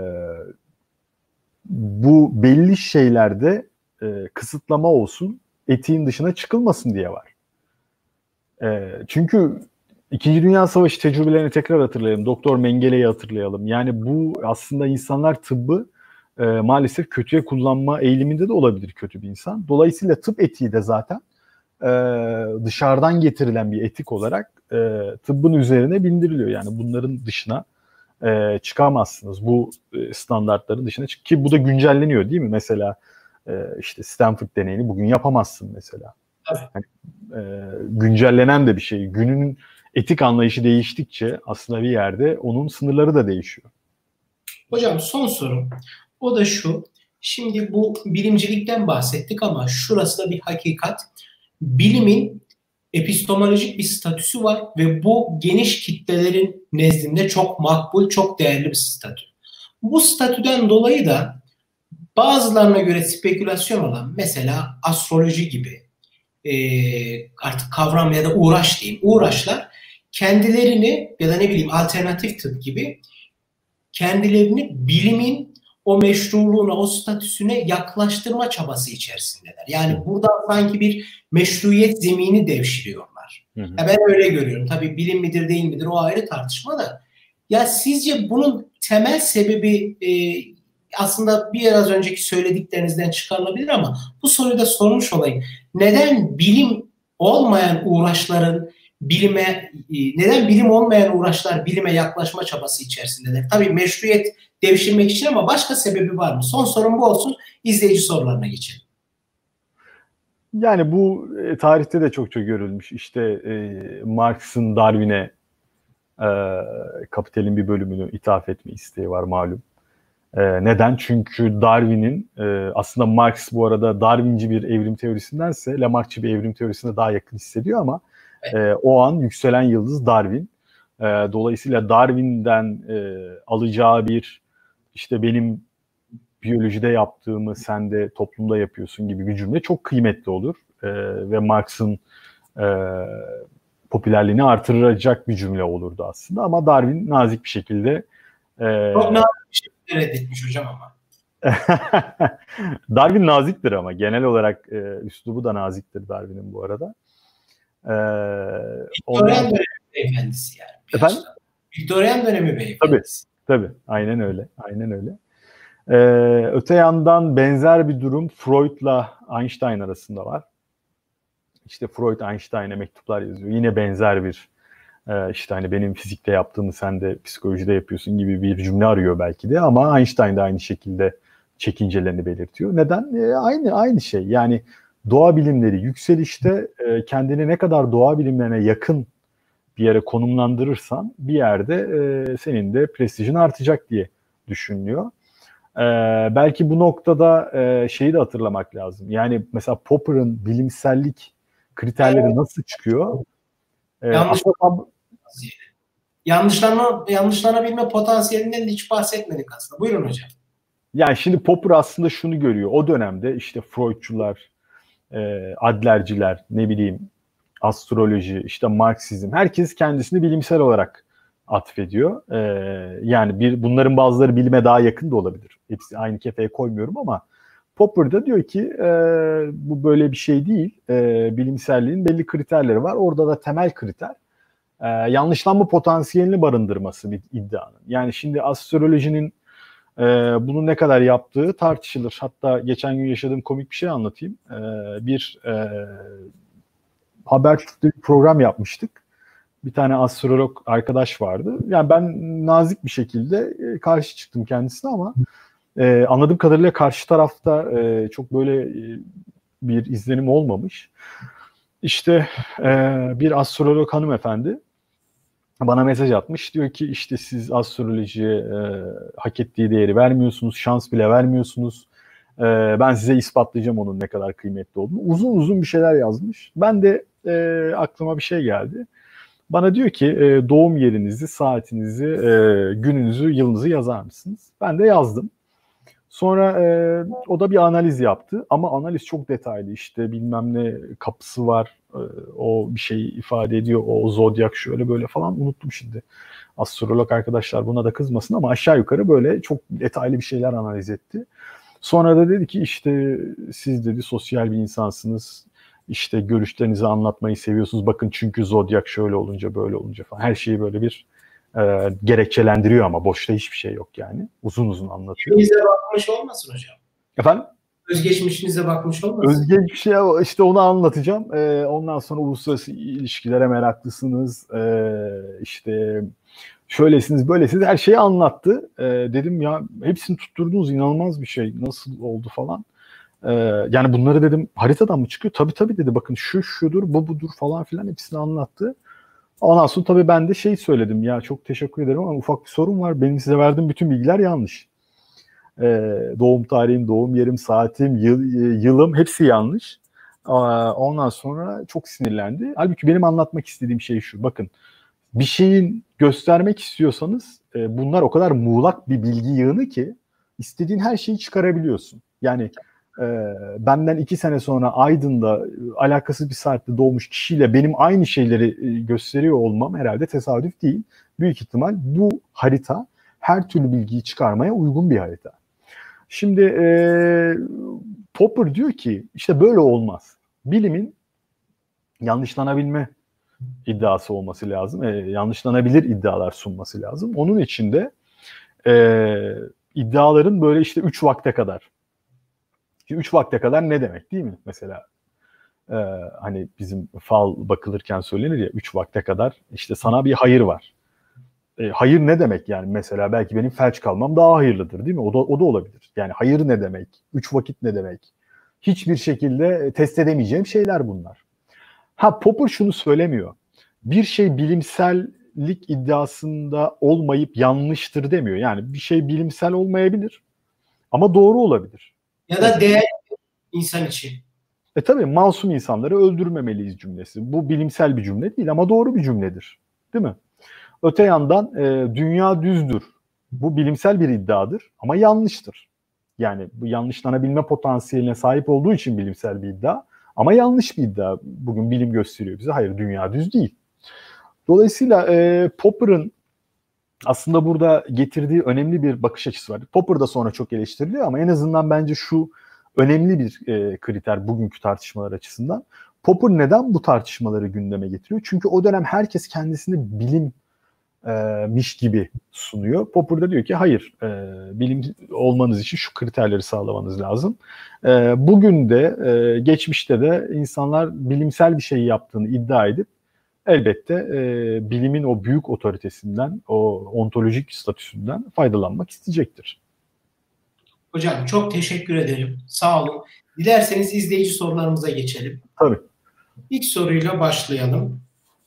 bu belli şeylerde e, kısıtlama olsun, etiğin dışına çıkılmasın diye var. E, çünkü İkinci Dünya Savaşı tecrübelerini tekrar hatırlayalım. Doktor Mengele'yi hatırlayalım. Yani bu aslında insanlar tıbbı e, maalesef kötüye kullanma eğiliminde de olabilir kötü bir insan. Dolayısıyla tıp etiği de zaten e, dışarıdan getirilen bir etik olarak e, tıbbın üzerine bindiriliyor. Yani bunların dışına e, çıkamazsınız. Bu e, standartların dışına çık ki bu da güncelleniyor değil mi? Mesela e, işte Stanford deneyini bugün yapamazsın mesela. Yani, e, güncellenen de bir şey. Günün etik anlayışı değiştikçe aslında bir yerde onun sınırları da değişiyor. Hocam son sorum. O da şu. Şimdi bu bilimcilikten bahsettik ama şurası da bir hakikat. Bilimin epistemolojik bir statüsü var ve bu geniş kitlelerin nezdinde çok makbul, çok değerli bir statü. Bu statüden dolayı da bazılarına göre spekülasyon olan mesela astroloji gibi e, artık kavram ya da uğraş diyeyim, uğraşlar kendilerini ya da ne bileyim alternatif tıp gibi kendilerini bilimin o meşruluğuna, o statüsüne yaklaştırma çabası içerisindeler. Yani burada sanki bir meşruiyet zemini devşiriyorlar. Hı hı. Ya ben öyle görüyorum. Tabii bilim midir değil midir o ayrı tartışma da. Ya sizce bunun temel sebebi e, aslında biraz önceki söylediklerinizden çıkarılabilir ama bu soruyu da sormuş olayım. Neden bilim olmayan uğraşların bilime, neden bilim olmayan uğraşlar bilime yaklaşma çabası içerisindeler? Tabii meşruiyet devşirmek için ama başka sebebi var mı? Son sorum bu olsun. İzleyici sorularına geçelim. Yani bu e, tarihte de çokça görülmüş. İşte e, Marx'ın Darwin'e e, Kapital'in bir bölümünü ithaf etme isteği var malum. E, neden? Çünkü Darwin'in e, aslında Marx bu arada Darwinci bir evrim teorisindense Lamarckçı bir evrim teorisine daha yakın hissediyor ama e, o an yükselen yıldız Darwin. E, dolayısıyla Darwin'den e, alacağı bir işte benim biyolojide yaptığımı sen de toplumda yapıyorsun gibi bir cümle çok kıymetli olur. E, ve Marx'ın e, popülerliğini artıracak bir cümle olurdu aslında. Ama Darwin nazik bir şekilde e, çok nazik bir şekilde reddetmiş hocam ama. Darwin naziktir ama genel olarak e, üslubu da naziktir Darwin'in bu arada. E, Victorian dönemi beyefendisi yani. Efendim? Victorian dönemi beyefendisi. Tabii, tabii. Aynen öyle. Aynen öyle. Ee, öte yandan benzer bir durum Freud'la Einstein arasında var. İşte Freud Einstein'e mektuplar yazıyor. Yine benzer bir e, işte hani benim fizikte yaptığımı sen de psikolojide yapıyorsun gibi bir cümle arıyor belki de ama Einstein de aynı şekilde çekincelerini belirtiyor. Neden? E, aynı aynı şey. Yani doğa bilimleri yükselişte e, kendini ne kadar doğa bilimlerine yakın bir yere konumlandırırsan bir yerde e, senin de prestijin artacak diye düşünülüyor. Ee, belki bu noktada e, şeyi de hatırlamak lazım. Yani mesela Popper'ın bilimsellik kriterleri nasıl çıkıyor? Ee, Yanlış, aslında... yanlışlanma, yanlışlanabilme potansiyelinden hiç bahsetmedik aslında. Buyurun hocam. Yani şimdi Popper aslında şunu görüyor. O dönemde işte Freudçular, e, Adlerciler, ne bileyim astroloji, işte Marksizm, herkes kendisini bilimsel olarak atfediyor. E, yani bir bunların bazıları bilime daha yakın da olabilir. Hepsi aynı kefeye koymuyorum ama Popper da diyor ki e, bu böyle bir şey değil. E, bilimselliğin belli kriterleri var. Orada da temel kriter e, yanlışlanma potansiyelini barındırması bir iddianın. Yani şimdi astrolojinin e, bunu ne kadar yaptığı tartışılır. Hatta geçen gün yaşadığım komik bir şey anlatayım. E, bir e, Habertürk'te bir program yapmıştık. Bir tane astrolog arkadaş vardı. Yani ben nazik bir şekilde e, karşı çıktım kendisine ama Ee, anladığım kadarıyla karşı tarafta e, çok böyle e, bir izlenim olmamış. İşte e, bir astrolog hanımefendi bana mesaj atmış. Diyor ki işte siz astrolojiye e, hak ettiği değeri vermiyorsunuz, şans bile vermiyorsunuz. E, ben size ispatlayacağım onun ne kadar kıymetli olduğunu. Uzun uzun bir şeyler yazmış. Ben de e, aklıma bir şey geldi. Bana diyor ki e, doğum yerinizi, saatinizi, e, gününüzü, yılınızı yazar mısınız? Ben de yazdım. Sonra e, o da bir analiz yaptı ama analiz çok detaylı, işte bilmem ne kapısı var, e, o bir şey ifade ediyor, o zodyak şöyle böyle falan, unuttum şimdi. Astrolog arkadaşlar buna da kızmasın ama aşağı yukarı böyle çok detaylı bir şeyler analiz etti. Sonra da dedi ki işte siz dedi sosyal bir insansınız, işte görüşlerinizi anlatmayı seviyorsunuz, bakın çünkü zodyak şöyle olunca böyle olunca falan, her şeyi böyle bir e, gerekçelendiriyor ama boşta hiçbir şey yok yani. Uzun uzun anlatıyor. Bize bakmış olmasın hocam? Efendim? Özgeçmişinize bakmış olmasın? Özgeçmişe işte onu anlatacağım. E, ondan sonra uluslararası ilişkilere meraklısınız. E, işte şöylesiniz böylesiniz, her şeyi anlattı. E, dedim ya hepsini tutturdunuz, inanılmaz bir şey. Nasıl oldu falan. E, yani bunları dedim haritadan mı çıkıyor? Tabii tabii dedi, bakın şu şudur bu budur falan filan, hepsini anlattı. Ondan sonra tabii ben de şey söyledim, ya çok teşekkür ederim ama ufak bir sorun var. Benim size verdiğim bütün bilgiler yanlış. Ee, doğum tarihim, doğum yerim, saatim, yıl, yılım hepsi yanlış. Ee, ondan sonra çok sinirlendi. Halbuki benim anlatmak istediğim şey şu. Bakın, bir şeyin göstermek istiyorsanız e, bunlar o kadar muğlak bir bilgi yığını ki istediğin her şeyi çıkarabiliyorsun. Yani e, benden iki sene sonra Aydın'da e, alakasız bir saatte doğmuş kişiyle benim aynı şeyleri e, gösteriyor olmam herhalde tesadüf değil. Büyük ihtimal bu harita her türlü bilgiyi çıkarmaya uygun bir harita. Şimdi e, Popper diyor ki işte böyle olmaz. Bilimin yanlışlanabilme iddiası olması lazım. E, yanlışlanabilir iddialar sunması lazım. Onun için de e, iddiaların böyle işte üç vakte kadar. Şimdi üç vakte kadar ne demek değil mi? Mesela e, hani bizim fal bakılırken söylenir ya, üç vakte kadar işte sana bir hayır var. E, hayır ne demek yani? Mesela belki benim felç kalmam daha hayırlıdır değil mi? O da, o da olabilir. Yani hayır ne demek? Üç vakit ne demek? Hiçbir şekilde test edemeyeceğim şeyler bunlar. Ha, Popper şunu söylemiyor. Bir şey bilimsellik iddiasında olmayıp yanlıştır demiyor. Yani bir şey bilimsel olmayabilir ama doğru olabilir. Ya da değerli insan için. E tabii masum insanları öldürmemeliyiz cümlesi. Bu bilimsel bir cümle değil ama doğru bir cümledir. Değil mi? Öte yandan e, dünya düzdür. Bu bilimsel bir iddiadır ama yanlıştır. Yani bu yanlışlanabilme potansiyeline sahip olduğu için bilimsel bir iddia. Ama yanlış bir iddia. Bugün bilim gösteriyor bize. Hayır, dünya düz değil. Dolayısıyla e, Popper'ın aslında burada getirdiği önemli bir bakış açısı var. Popper da sonra çok eleştiriliyor ama en azından bence şu önemli bir e, kriter bugünkü tartışmalar açısından. Popper neden bu tartışmaları gündeme getiriyor? Çünkü o dönem herkes kendisini bilim miş gibi sunuyor. Popper da diyor ki hayır, e, bilim olmanız için şu kriterleri sağlamanız lazım. E, bugün de e, geçmişte de insanlar bilimsel bir şey yaptığını iddia edip elbette e, bilimin o büyük otoritesinden, o ontolojik statüsünden faydalanmak isteyecektir. Hocam çok teşekkür ederim. Sağ olun. Dilerseniz izleyici sorularımıza geçelim. Tabii. İlk soruyla başlayalım.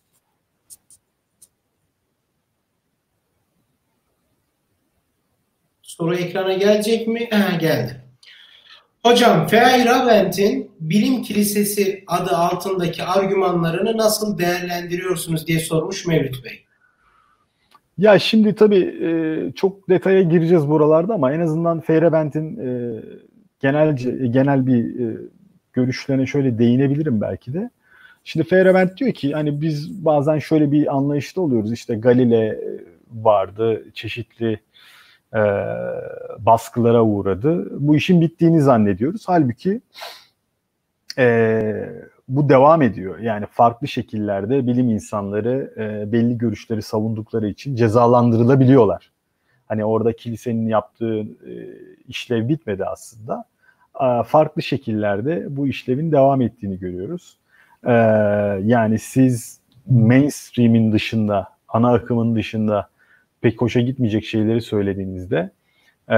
Soru ekrana gelecek mi? Ha, geldi. Hocam, Feyerabend'in Bilim Kilisesi adı altındaki argümanlarını nasıl değerlendiriyorsunuz diye sormuş Mevlüt Bey. Ya şimdi tabii e, çok detaya gireceğiz buralarda ama en azından Feyerabend'in e, genel genel bir e, görüşlerine şöyle değinebilirim belki de. Şimdi Feyerabend diyor ki hani biz bazen şöyle bir anlayışta oluyoruz. İşte Galile vardı, çeşitli e, baskılara uğradı. Bu işin bittiğini zannediyoruz. Halbuki e, bu devam ediyor. Yani farklı şekillerde bilim insanları e, belli görüşleri savundukları için cezalandırılabiliyorlar. Hani orada kilisenin yaptığı e, işlev bitmedi aslında. E, farklı şekillerde bu işlevin devam ettiğini görüyoruz. E, yani siz mainstream'in dışında, ana akımın dışında pek hoşa gitmeyecek şeyleri söylediğinizde e,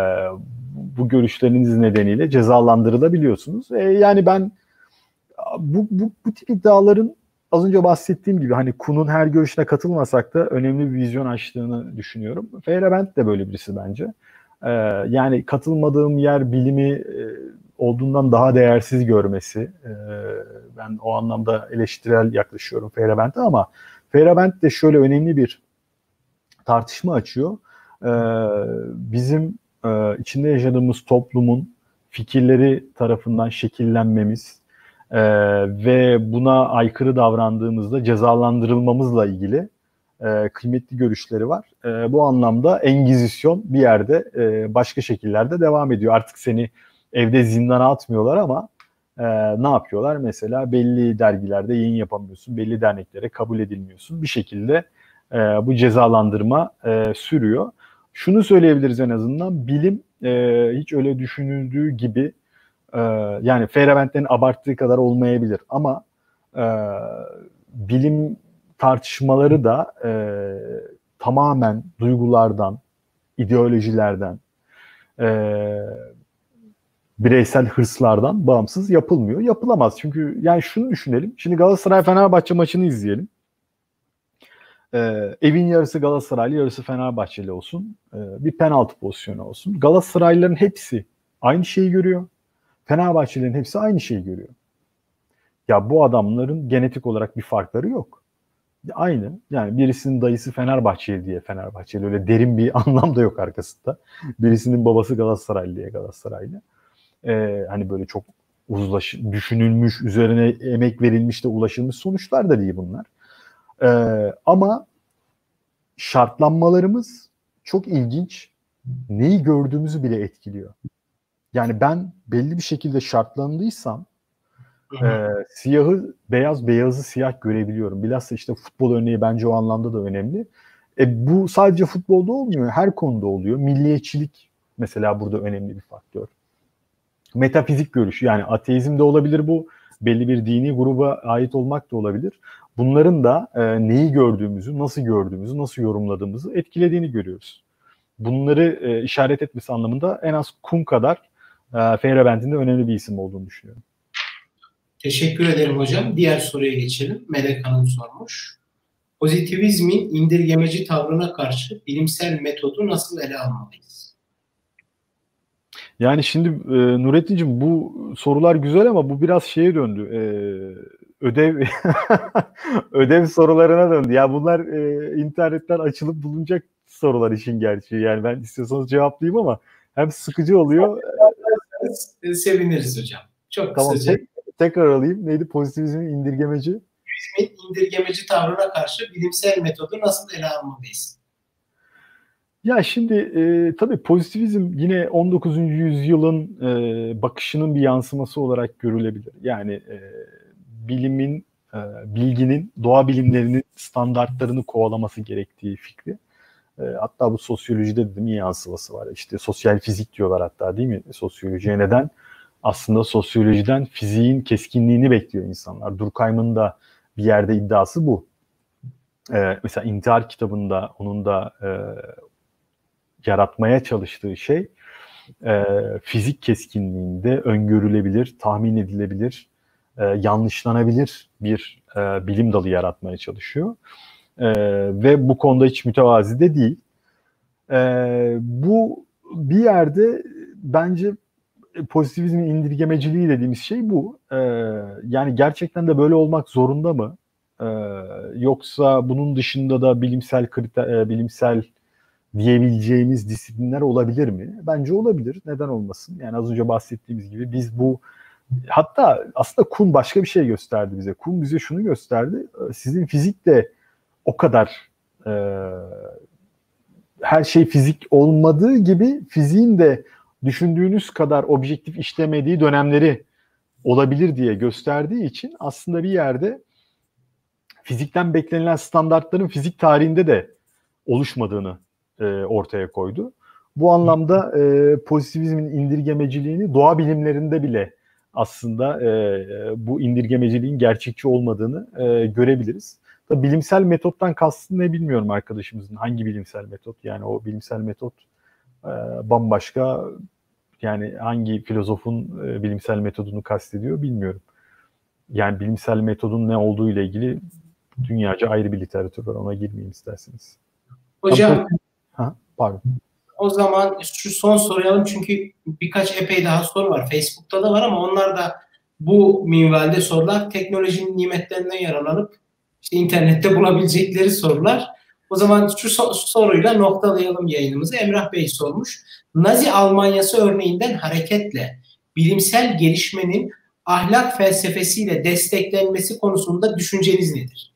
bu görüşleriniz nedeniyle cezalandırılabiliyorsunuz. E, yani ben bu, bu, bu tip iddiaların az önce bahsettiğim gibi hani Kuhn'un her görüşüne katılmasak da önemli bir vizyon açtığını düşünüyorum. Feyerabend de böyle birisi bence. Ee, yani katılmadığım yer bilimi e, olduğundan daha değersiz görmesi. E, ben o anlamda eleştirel yaklaşıyorum Feyerabend'e ama Feyerabend de şöyle önemli bir tartışma açıyor. Ee, bizim e, içinde yaşadığımız toplumun fikirleri tarafından şekillenmemiz Ee, ve buna aykırı davrandığımızda cezalandırılmamızla ilgili e, kıymetli görüşleri var. E, bu anlamda Engizisyon bir yerde e, başka şekillerde devam ediyor. Artık seni evde zindana atmıyorlar ama e, ne yapıyorlar? Mesela belli dergilerde yayın yapamıyorsun, belli derneklere kabul edilmiyorsun. Bir şekilde e, bu cezalandırma e, sürüyor. Şunu söyleyebiliriz en azından, bilim e, hiç öyle düşünüldüğü gibi Ee, yani Feyerabend'lerin abarttığı kadar olmayabilir ama e, bilim tartışmaları da e, tamamen duygulardan, ideolojilerden, e, bireysel hırslardan bağımsız yapılmıyor. Yapılamaz çünkü yani şunu düşünelim. Şimdi Galatasaray-Fenerbahçe maçını izleyelim. E, evin yarısı Galatasaraylı, yarısı Fenerbahçeli olsun. E, bir penaltı pozisyonu olsun. Galatasaraylıların hepsi aynı şeyi görüyor. Fenerbahçelilerin hepsi aynı şeyi görüyor. Ya bu adamların genetik olarak bir farkları yok. Aynı. Yani birisinin dayısı Fenerbahçeli diye Fenerbahçeli. Öyle derin bir anlam da yok arkasında. Birisinin babası Galatasaraylı diye Galatasaraylı. Ee, hani böyle çok uzlaş, düşünülmüş, üzerine emek verilmiş de ulaşılmış sonuçlar da değil bunlar. Ee, ama şartlanmalarımız çok ilginç. Neyi gördüğümüzü bile etkiliyor. Yani ben belli bir şekilde şartlandıysam e, siyahı beyaz, beyazı siyah görebiliyorum. Bilhassa işte futbol örneği bence o anlamda da önemli. E, bu sadece futbolda olmuyor. Her konuda oluyor. Milliyetçilik mesela burada önemli bir faktör. Metafizik görüşü, yani ateizm de olabilir bu. Belli bir dini gruba ait olmak da olabilir. Bunların da e, neyi gördüğümüzü, nasıl gördüğümüzü, nasıl yorumladığımızı etkilediğini görüyoruz. Bunları e, işaret etmesi anlamında en az Kuhn kadar e, Feyerabend'in de önemli bir isim olduğunu düşünüyorum. Teşekkür ederim hocam. Diğer soruya geçelim. Melek Hanım sormuş. Pozitivizmin indirgemeci tavrına karşı bilimsel metodu nasıl ele almalıyız? Yani şimdi e, Nurettin'cim bu sorular güzel ama bu biraz şeye döndü. E, ödev ödev sorularına döndü. Ya bunlar e, internetten açılıp bulunacak sorular işin gerçeği. Yani ben istiyorsanız cevaplayayım ama hem sıkıcı oluyor. Seviniriz hocam. Çok tamam, kısaca. Tek, tekrar alayım. Neydi pozitivizmin indirgemeci? Pozitivizmin indirgemeci tavrına karşı bilimsel metodu nasıl ele almalıyız? Ya şimdi e, tabii pozitivizm yine on dokuzuncu yüzyılın e, bakışının bir yansıması olarak görülebilir. Yani e, bilimin, e, bilginin, doğa bilimlerinin standartlarını kovalaması gerektiği fikri. E, hatta bu sosyolojide de bir yansıması var. İşte sosyal fizik diyorlar hatta, değil mi? Sosyolojiye neden? Aslında sosyolojiden fiziğin keskinliğini bekliyor insanlar. Durkheim'ın da bir yerde iddiası bu. E, mesela İntihar kitabında onun da e, yaratmaya çalıştığı şey e, fizik keskinliğinde öngörülebilir, tahmin edilebilir, e, yanlışlanabilir bir e, bilim dalı yaratmaya çalışıyor. E, ve bu konuda hiç mütevazi de değil. E, bu bir yerde bence pozitivizmin indirgemeciliği dediğimiz şey bu. E, yani gerçekten de böyle olmak zorunda mı? E, yoksa bunun dışında da bilimsel kriter, e, bilimsel diyebileceğimiz disiplinler olabilir mi? Bence olabilir. Neden olmasın? Yani az önce bahsettiğimiz gibi biz bu hatta aslında Kuhn başka bir şey gösterdi bize. Kuhn bize şunu gösterdi. Sizin fizik de o kadar e, her şey fizik olmadığı gibi fiziğin de düşündüğünüz kadar objektif işlemediği dönemleri olabilir diye gösterdiği için aslında bir yerde fizikten beklenilen standartların fizik tarihinde de oluşmadığını e, ortaya koydu. Bu anlamda e, pozitivizmin indirgemeciliğini doğa bilimlerinde bile aslında e, bu indirgemeciliğin gerçekçi olmadığını e, görebiliriz. Tabii bilimsel metottan kastı ne bilmiyorum arkadaşımızın. Hangi bilimsel metot? Yani o bilimsel metot e, bambaşka, yani hangi filozofun e, bilimsel metodunu kastediyor bilmiyorum. Yani bilimsel metodun ne olduğu ile ilgili dünyaca ayrı bir literatür var. Ona girmeyeyim isterseniz. Hocam ha, pardon. O zaman şu son soruyu alalım çünkü birkaç epey daha soru var. Facebook'ta da var ama onlar da bu minvalde sorular. Teknolojinin nimetlerinden yararlanıp işte internette bulabilecekleri sorular. O zaman şu so- soruyla noktalayalım yayınımızı. Emrah Bey sormuş. Nazi Almanyası örneğinden hareketle bilimsel gelişmenin ahlak felsefesiyle desteklenmesi konusunda düşünceniz nedir?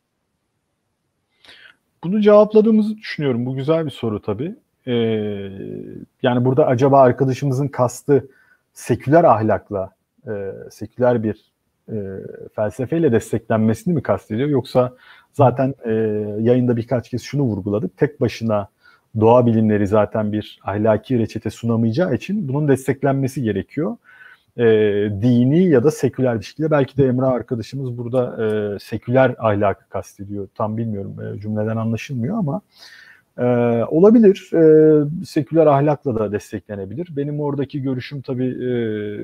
Bunu cevapladığımızı düşünüyorum. Bu güzel bir soru tabii. Ee, yani burada acaba arkadaşımızın kastı seküler ahlakla, e, seküler bir e, felsefeyle desteklenmesini mi kastediyor? Yoksa zaten e, yayında birkaç kez şunu vurguladık. Tek başına doğa bilimleri zaten bir ahlaki reçete sunamayacağı için bunun desteklenmesi gerekiyor. E, dini ya da seküler bir şekilde. Belki de Emrah arkadaşımız burada e, seküler ahlakı kastediyor. Tam bilmiyorum. E, cümleden anlaşılmıyor ama e, olabilir. E, seküler ahlakla da desteklenebilir. Benim oradaki görüşüm tabii e,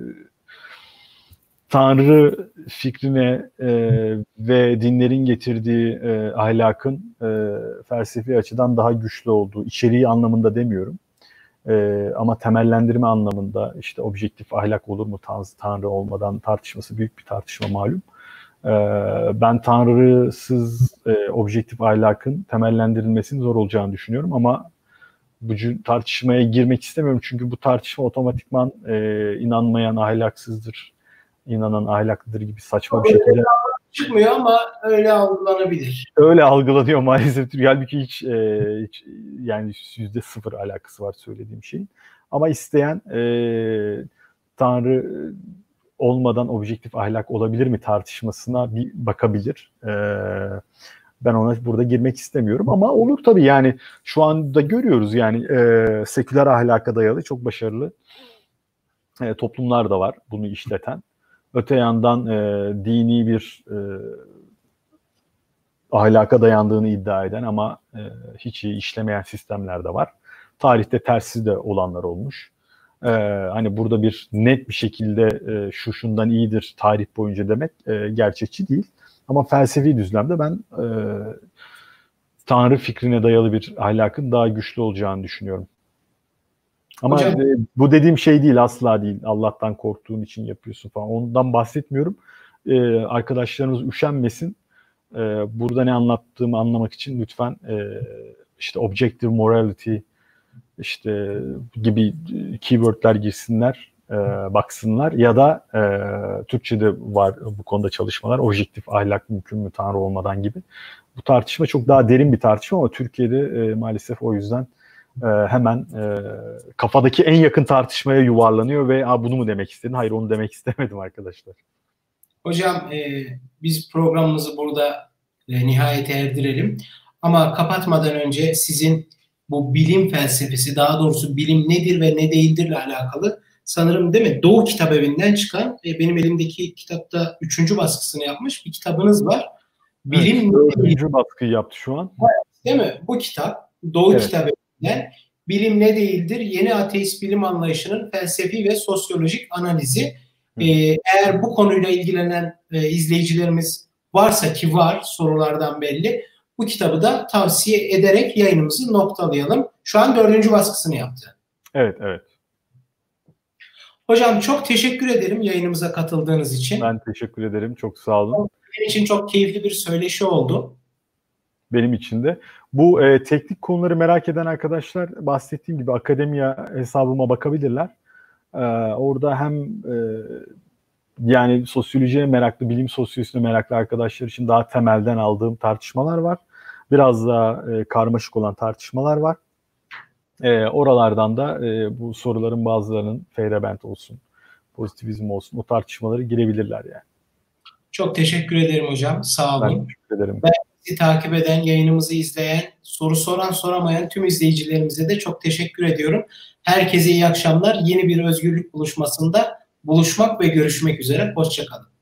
Tanrı fikrine e, ve dinlerin getirdiği e, ahlakın e, felsefi açıdan daha güçlü olduğu, içeriği anlamında demiyorum. Ee, ama temellendirme anlamında işte objektif ahlak olur mu Tan- Tanrı olmadan tartışması büyük bir tartışma malum. Ee, ben tanrısız e, objektif ahlakın temellendirilmesinin zor olacağını düşünüyorum ama bu tartışmaya girmek istemiyorum çünkü bu tartışma otomatikman e, inanmayan ahlaksızdır, inanan ahlaklıdır gibi saçma bir şekilde çıkmıyor ama öyle algılanabilir. Öyle algılanıyor maalesef. Halbuki hiç, e, hiç yani yüzde sıfır alakası var söylediğim şeyin. Ama isteyen e, Tanrı olmadan objektif ahlak olabilir mi tartışmasına bir bakabilir. E, ben ona burada girmek istemiyorum ama olur tabii yani şu anda görüyoruz yani e, seküler ahlaka dayalı çok başarılı e, toplumlar da var bunu işleten. Öte yandan e, dini bir e, ahlaka dayandığını iddia eden ama e, hiç iyi işlemeyen sistemler de var. Tarihte tersi de olanlar olmuş. E, hani burada bir net bir şekilde e, şu şundan iyidir tarih boyunca demek e, gerçekçi değil. Ama felsefi düzlemde ben e, Tanrı fikrine dayalı bir ahlakın daha güçlü olacağını düşünüyorum. Ama Hocam, e, bu dediğim şey değil, asla değil. Allah'tan korktuğun için yapıyorsun falan. Ondan bahsetmiyorum. E, arkadaşlarımız üşenmesin. Ee, burada ne anlattığımı anlamak için lütfen e, işte objective morality işte gibi keywordler girsinler, e, baksınlar ya da e, Türkçe'de var bu konuda çalışmalar. Objektif ahlak mümkün mü Tanrı olmadan gibi. Bu tartışma çok daha derin bir tartışma ama Türkiye'de e, maalesef o yüzden e, hemen e, kafadaki en yakın tartışmaya yuvarlanıyor ve bunu mu demek istedin? Hayır, onu demek istemedim arkadaşlar. Hocam e, biz programımızı burada e, nihayete erdirelim. Ama kapatmadan önce sizin bu bilim felsefesi, daha doğrusu bilim nedir ve ne değildirle alakalı sanırım değil mi? Doğu Kitabevi'nden çıkan, e, benim elimdeki kitapta üçüncü baskısını yapmış bir kitabınız var. Bilim evet, dördüncü baskıyı yaptı şu an. Değil mi? Bu kitap Doğu evet. Kitabevi'nden Bilim Ne Değildir? Yeni Ateist Bilim Anlayışının Felsefi ve Sosyolojik Analizi. Ee, eğer bu konuyla ilgilenen e, izleyicilerimiz varsa ki var sorulardan belli, bu kitabı da tavsiye ederek yayınımızı noktalayalım. Şu an dördüncü baskısını yaptı. Evet, evet. Hocam çok teşekkür ederim yayınımıza katıldığınız için. Ben teşekkür ederim. Çok sağ olun. Benim için çok keyifli bir söyleşi oldu. Benim için de. Bu e, teknik konuları merak eden arkadaşlar bahsettiğim gibi akademiya hesabıma bakabilirler. Ee, orada hem e, yani sosyolojiye meraklı, bilim sosyolojisine meraklı arkadaşlar için daha temelden aldığım tartışmalar var. Biraz daha e, karmaşık olan tartışmalar var. E, oralardan da e, bu soruların bazılarının Feyerabend olsun, pozitivizm olsun, o tartışmaları girebilirler yani. Çok teşekkür ederim hocam. Sağ olun. Ben teşekkür ederim. Ben bizi takip eden, yayınımızı izleyen, soru soran soramayan tüm izleyicilerimize de çok teşekkür ediyorum. Herkese iyi akşamlar. Yeni bir özgürlük buluşmasında buluşmak ve görüşmek üzere. Hoşça kalın.